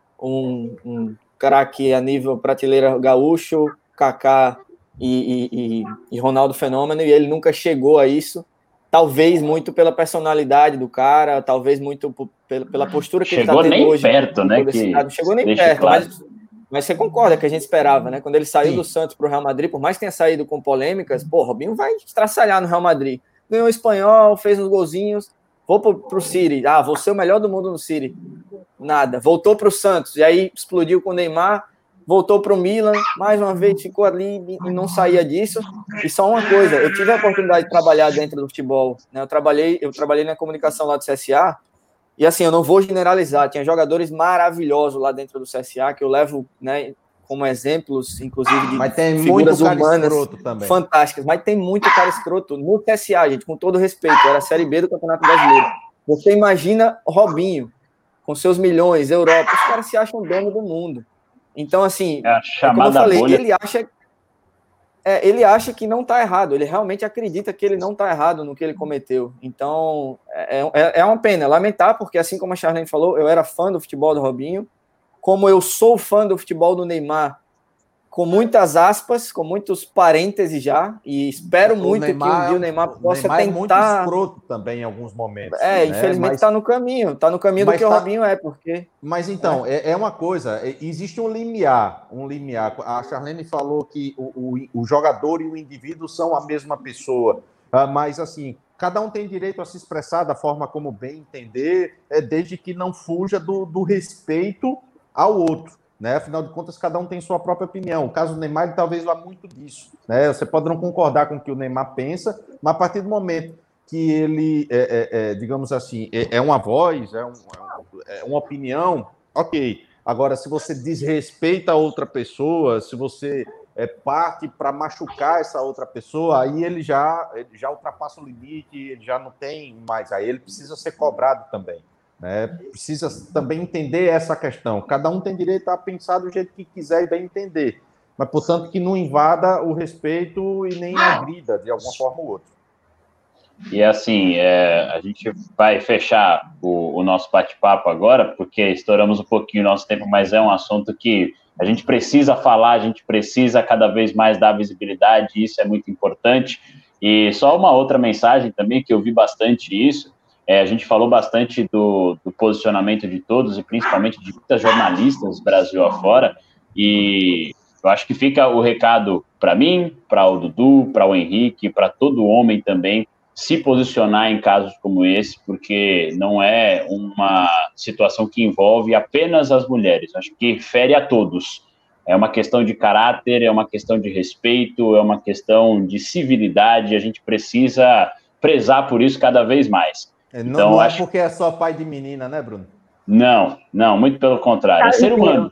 um craque a nível prateleira gaúcho, Kaká e Ronaldo Fenômeno, e ele nunca chegou a isso, talvez muito pela personalidade do cara, talvez muito pela postura que ele está tendo hoje. Perto, né? Chegou nem perto, claro. Mas você concorda que a gente esperava, né? Quando ele saiu do Santos para o Real Madrid, por mais que tenha saído com polêmicas, Robinho vai estraçalhar no Real Madrid. Ganhou o espanhol, fez uns golzinhos, vou pro City, vou ser o melhor do mundo no City. Nada, voltou pro Santos, e aí explodiu com o Neymar, voltou pro Milan, mais uma vez ficou ali e não saía disso. E só uma coisa, eu tive a oportunidade de trabalhar dentro do futebol, né? Eu trabalhei na comunicação lá do CSA, e assim, eu não vou generalizar, tinha jogadores maravilhosos lá dentro do CSA, que eu levo, né, como exemplos, inclusive, de mas tem figuras muito humanas também. Fantásticas, mas tem muito cara escroto no CSA, gente, com todo respeito, era a Série B do Campeonato Brasileiro. Você imagina Robinho, com seus milhões, Europa, os caras se acham dono do mundo. Então, assim, como eu falei, bolha. Ele acha que não está errado, ele realmente acredita que ele não está errado no que ele cometeu. Então, é uma pena, lamentar, porque assim como a Charlene falou, eu era fã do futebol do Robinho, como eu sou fã do futebol do Neymar, com muitas aspas, com muitos parênteses já, e espero muito que um dia o Neymar possa tentar... É muito escroto também em alguns momentos. Infelizmente está no caminho do que o Robinho porque... Mas então, é uma coisa, existe um limiar. A Charlene falou que o jogador e o indivíduo são a mesma pessoa, mas assim, cada um tem direito a se expressar da forma como bem entender, desde que não fuja do respeito ao outro. Né? Afinal de contas, cada um tem sua própria opinião. O caso do Neymar, ele talvez vá muito disso. Né? Você pode não concordar com o que o Neymar pensa, mas a partir do momento que ele, digamos assim, é uma voz, é uma opinião, ok. Agora, se você desrespeita a outra pessoa, se você parte para machucar essa outra pessoa, aí ele já ultrapassa o limite, ele já não tem mais. Aí ele precisa ser cobrado também. né? Precisa também entender essa questão. Cada um tem direito a pensar do jeito que quiser e bem entender, mas, portanto, que não invada o respeito e nem agrida de alguma forma ou outra. E assim, a gente vai fechar o nosso bate-papo agora, porque estouramos um pouquinho o nosso tempo, mas é um assunto que a gente precisa falar, a gente precisa cada vez mais dar visibilidade, e isso é muito importante. E só uma outra mensagem também, que eu vi bastante isso, a gente falou bastante do posicionamento de todos, e principalmente de muitas jornalistas Brasil afora, e eu acho que fica o recado para mim, para o Dudu, para o Henrique, para todo homem também, se posicionar em casos como esse, porque não é uma situação que envolve apenas as mulheres, acho que fere a todos. É uma questão de caráter, é uma questão de respeito, é uma questão de civilidade, a gente precisa prezar por isso cada vez mais. Então, não é porque é só pai de menina, né, Bruno? Não, muito pelo contrário, é ser humano.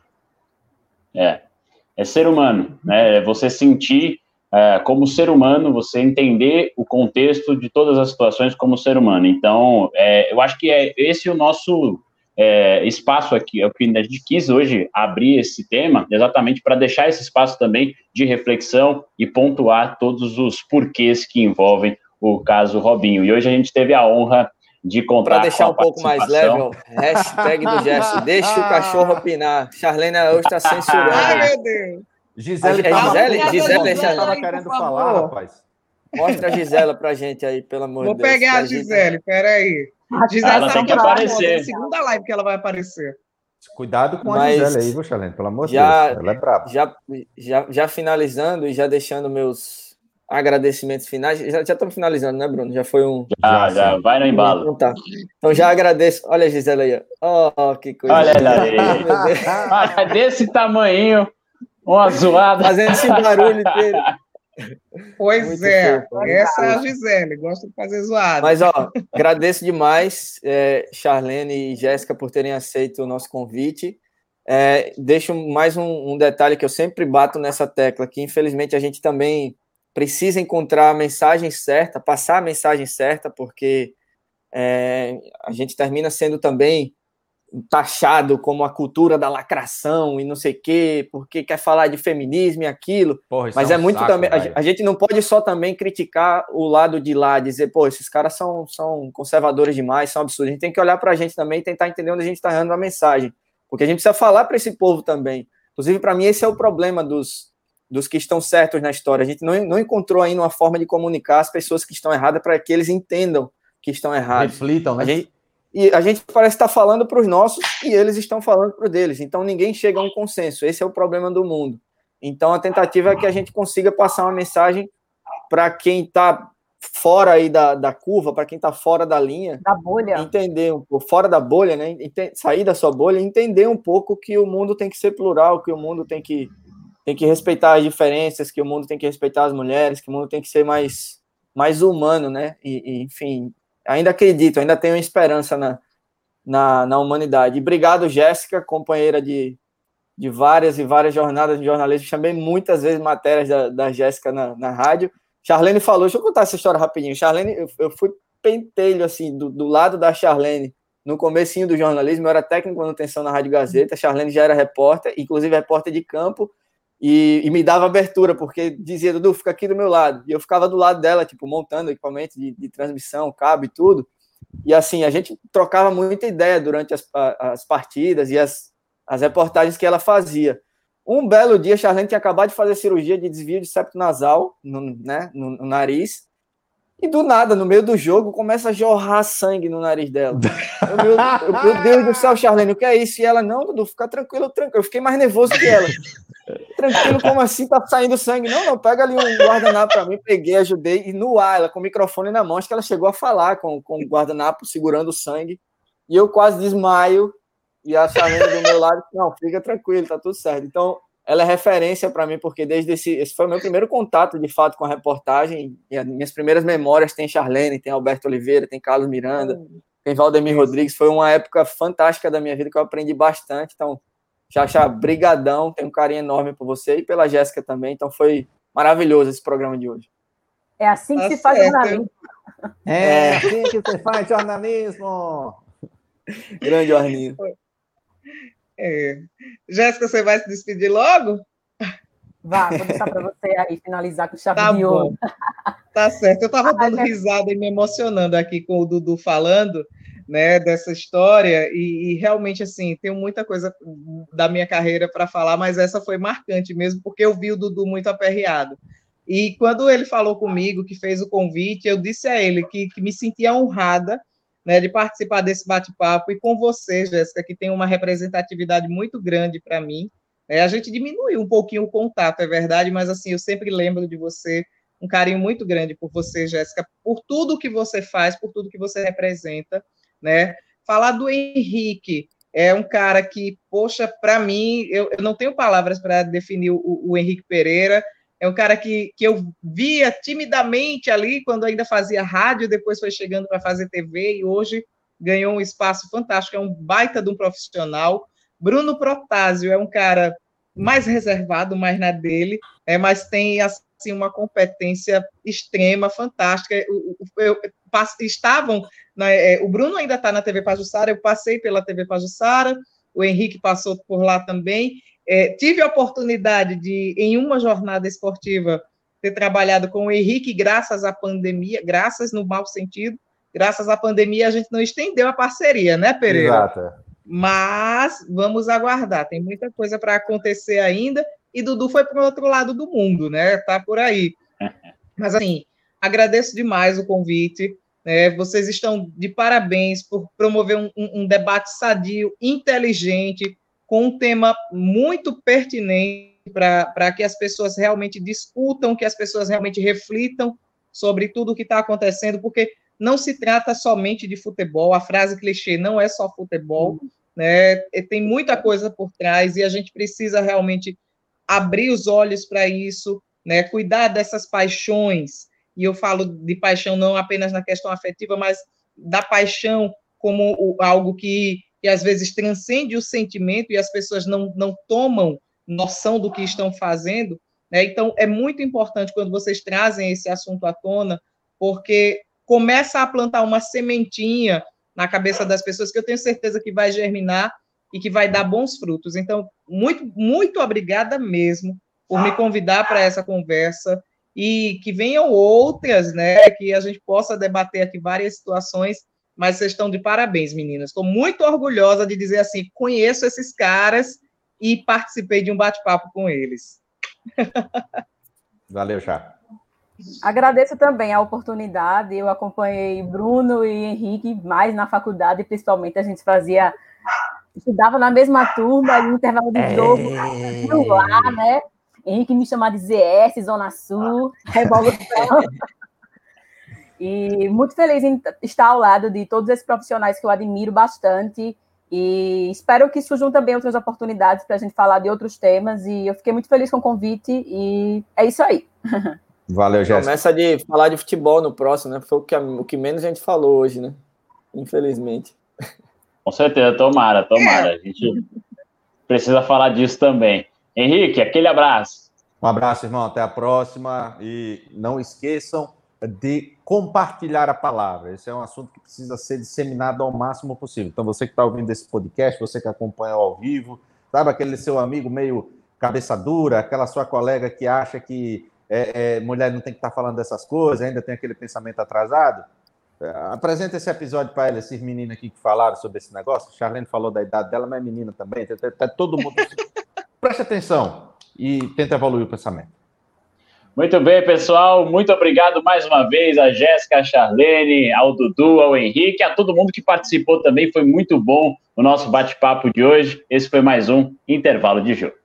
É ser humano, né? É você sentir como ser humano, você entender o contexto de todas as situações como ser humano. Então, eu acho que esse o nosso espaço aqui, é o que a gente quis hoje abrir esse tema, exatamente para deixar esse espaço também de reflexão e pontuar todos os porquês que envolvem o caso Robinho. E hoje a gente teve a honra de contar para deixar um pouco mais leve, hashtag do Gesto, deixa o cachorro opinar. Charlene hoje está censurando. Ai, meu Deus. Gisele estava querendo falar, rapaz. Mostra a Gisela pra gente aí, pelo amor de Deus. Vou pegar a Gisele, peraí. Gisele ela tem que aparecer. É a segunda live que ela vai aparecer. Cuidado com a Gisele aí, viu, Charlene? Pelo amor de Deus, ela é brava. Já finalizando e já deixando meus agradecimentos finais. Já estamos finalizando, né, Bruno? Já foi um... Já vai no embalo. Então, tá. Então já agradeço. Olha a Gisele aí. Oh, que coisa. Olha ela aí. Olha, desse tamanho, uma zoada. Fazendo esse barulho inteiro. Pois muito essa é a Gisele, gosta de fazer zoada. Mas, agradeço demais, Charlene e Jéssica, por terem aceito o nosso convite. Deixo mais um detalhe que eu sempre bato nessa tecla, que infelizmente a gente também precisa encontrar a mensagem certa, passar a mensagem certa, porque a gente termina sendo também taxado como a cultura da lacração e não sei o quê, porque quer falar de feminismo e aquilo. Porra, mas é muito saco, também. A gente não pode só também criticar o lado de lá, dizer, pô, esses caras são conservadores demais, são absurdos. A gente tem que olhar pra gente também e tentar entender onde a gente está errando a mensagem. Porque a gente precisa falar para esse povo também. Inclusive, para mim, esse é o problema dos que estão certos na história. A gente não encontrou ainda uma forma de comunicar as pessoas que estão erradas para que eles entendam que estão errados. Reflitam, né? E a gente parece estar falando para os nossos e eles estão falando para os deles. Então, ninguém chega a um consenso. Esse é o problema do mundo. Então, a tentativa é que a gente consiga passar uma mensagem para quem está fora aí da curva, para quem está fora da linha. Da bolha. Entender um pouco, fora da bolha, né? Sair da sua bolha e entender um pouco que o mundo tem que ser plural, que o mundo tem que respeitar as diferenças, que o mundo tem que respeitar as mulheres, que o mundo tem que ser mais humano, né? Enfim... Ainda acredito, ainda tenho esperança na humanidade. E obrigado, Jéssica, companheira de várias e várias jornadas de jornalismo. Chamei muitas vezes matérias da Jéssica na rádio. Charlene falou, deixa eu contar essa história rapidinho. Charlene, eu fui pentelho, assim, do lado da Charlene, no comecinho do jornalismo. Eu era técnico de manutenção na Rádio Gazeta. A Charlene já era repórter, inclusive repórter de campo. E me dava abertura, porque dizia, Dudu, fica aqui do meu lado. E eu ficava do lado dela, tipo, montando equipamento de transmissão, cabo e tudo. E assim, a gente trocava muita ideia durante as partidas e as reportagens que ela fazia. Um belo dia, a Charlene tinha acabado de fazer cirurgia de desvio de septo nasal no nariz. E do nada, no meio do jogo, começa a jorrar sangue no nariz dela. Meu Deus do céu, Charlene, o que é isso? E ela, não, Dudu, fica tranquilo. Eu fiquei mais nervoso que ela. Tranquilo, como assim? Tá saindo sangue? Não, pega ali um guardanapo pra mim. Peguei, ajudei. E no ar, ela com o microfone na mão, acho que ela chegou a falar com o guardanapo segurando o sangue. E eu quase desmaio. E a Charlene do meu lado, não, fica tranquilo, tá tudo certo. Então, ela é referência para mim, porque desde esse foi o meu primeiro contato, de fato, com a reportagem. E as minhas primeiras memórias tem Charlene, tem Alberto Oliveira, tem Carlos Miranda, tem Valdemir Rodrigues. Foi uma época fantástica da minha vida, que eu aprendi bastante. Então, Xaxá, brigadão, tenho um carinho enorme por você e pela Jéssica também. Então, foi maravilhoso esse programa de hoje. É assim que se faz jornalismo. É assim que se faz jornalismo. Grande Arlinho. Jéssica, você vai se despedir logo? Vou deixar para você aí finalizar com chave de ouro. Tá certo. Eu estava dando risada e me emocionando aqui com o Dudu falando, né, dessa história, e realmente, assim, tenho muita coisa da minha carreira para falar, mas essa foi marcante mesmo, porque eu vi o Dudu muito aperreado. E quando ele falou comigo, que fez o convite, eu disse a ele que me sentia honrada, né, de participar desse bate-papo, e com você, Jéssica, que tem uma representatividade muito grande para mim. A gente diminuiu um pouquinho o contato, é verdade, mas assim, eu sempre lembro de você, um carinho muito grande por você, Jéssica, por tudo que você faz, por tudo que você representa, né? Falar do Henrique, é um cara que, poxa, para mim, eu não tenho palavras para definir o Henrique Pereira, é um cara que eu via timidamente ali, quando ainda fazia rádio, depois foi chegando para fazer TV, e hoje ganhou um espaço fantástico, é um baita de um profissional. Bruno Protásio é um cara mais reservado, mais na dele, mas tem assim, uma competência extrema, fantástica. O Bruno ainda está na TV Pajuçara, eu passei pela TV Pajuçara, o Henrique passou por lá também. Tive a oportunidade de, em uma jornada esportiva, ter trabalhado com o Henrique, graças à pandemia, graças no mau sentido, graças à pandemia a gente não estendeu a parceria, né, Pereira? Exato. Mas vamos aguardar, tem muita coisa para acontecer ainda, e Dudu foi para o outro lado do mundo, né? Tá por aí. Mas, assim, agradeço demais o convite, né? Vocês estão de parabéns por promover um debate sadio, inteligente, com um tema muito pertinente para que as pessoas realmente discutam, que as pessoas realmente reflitam sobre tudo o que está acontecendo, porque não se trata somente de futebol, a frase clichê não é só futebol, né? Tem muita coisa por trás e a gente precisa realmente abrir os olhos para isso, né? Cuidar dessas paixões, e eu falo de paixão não apenas na questão afetiva, mas da paixão como algo que às vezes transcende o sentimento e as pessoas não tomam noção do que estão fazendo, né? Então, é muito importante quando vocês trazem esse assunto à tona, porque começa a plantar uma sementinha na cabeça das pessoas que eu tenho certeza que vai germinar e que vai dar bons frutos. Então, muito, muito obrigada mesmo por me convidar para essa conversa e que venham outras, né, que a gente possa debater aqui várias situações, mas vocês estão de parabéns, meninas. Estou muito orgulhosa de dizer assim, conheço esses caras e participei de um bate-papo com eles. Valeu, Chá. Agradeço também a oportunidade, eu acompanhei Bruno e Henrique mais na faculdade, principalmente a gente estudava na mesma turma, no intervalo de jogo, lá, né? Henrique me chamava de ZS, Zona Sul, Revolução. E muito feliz em estar ao lado de todos esses profissionais que eu admiro bastante, e espero que surjam também outras oportunidades para a gente falar de outros temas, e eu fiquei muito feliz com o convite, e é isso aí. Valeu, Jéssica. Começa de falar de futebol no próximo, né? Foi o que menos a gente falou hoje, né? Infelizmente. Com certeza, tomara. A gente precisa falar disso também. Henrique, aquele abraço. Um abraço, irmão. Até a próxima. E não esqueçam de compartilhar a palavra. Esse é um assunto que precisa ser disseminado ao máximo possível. Então, você que está ouvindo esse podcast, você que acompanha ao vivo, sabe aquele seu amigo meio cabeça dura, aquela sua colega que acha que mulher não tem que estar falando dessas coisas, ainda tem aquele pensamento atrasado? Apresenta esse episódio para ela, esses meninos aqui que falaram sobre esse negócio. Charlene falou da idade dela, mas é menina também. Tá todo mundo... Preste atenção e tenta evoluir o pensamento. Muito bem, pessoal. Muito obrigado mais uma vez a Jéssica, a Charlene, ao Dudu, ao Henrique, a todo mundo que participou também. Foi muito bom o nosso bate-papo de hoje. Esse foi mais um Intervalo de Jogo.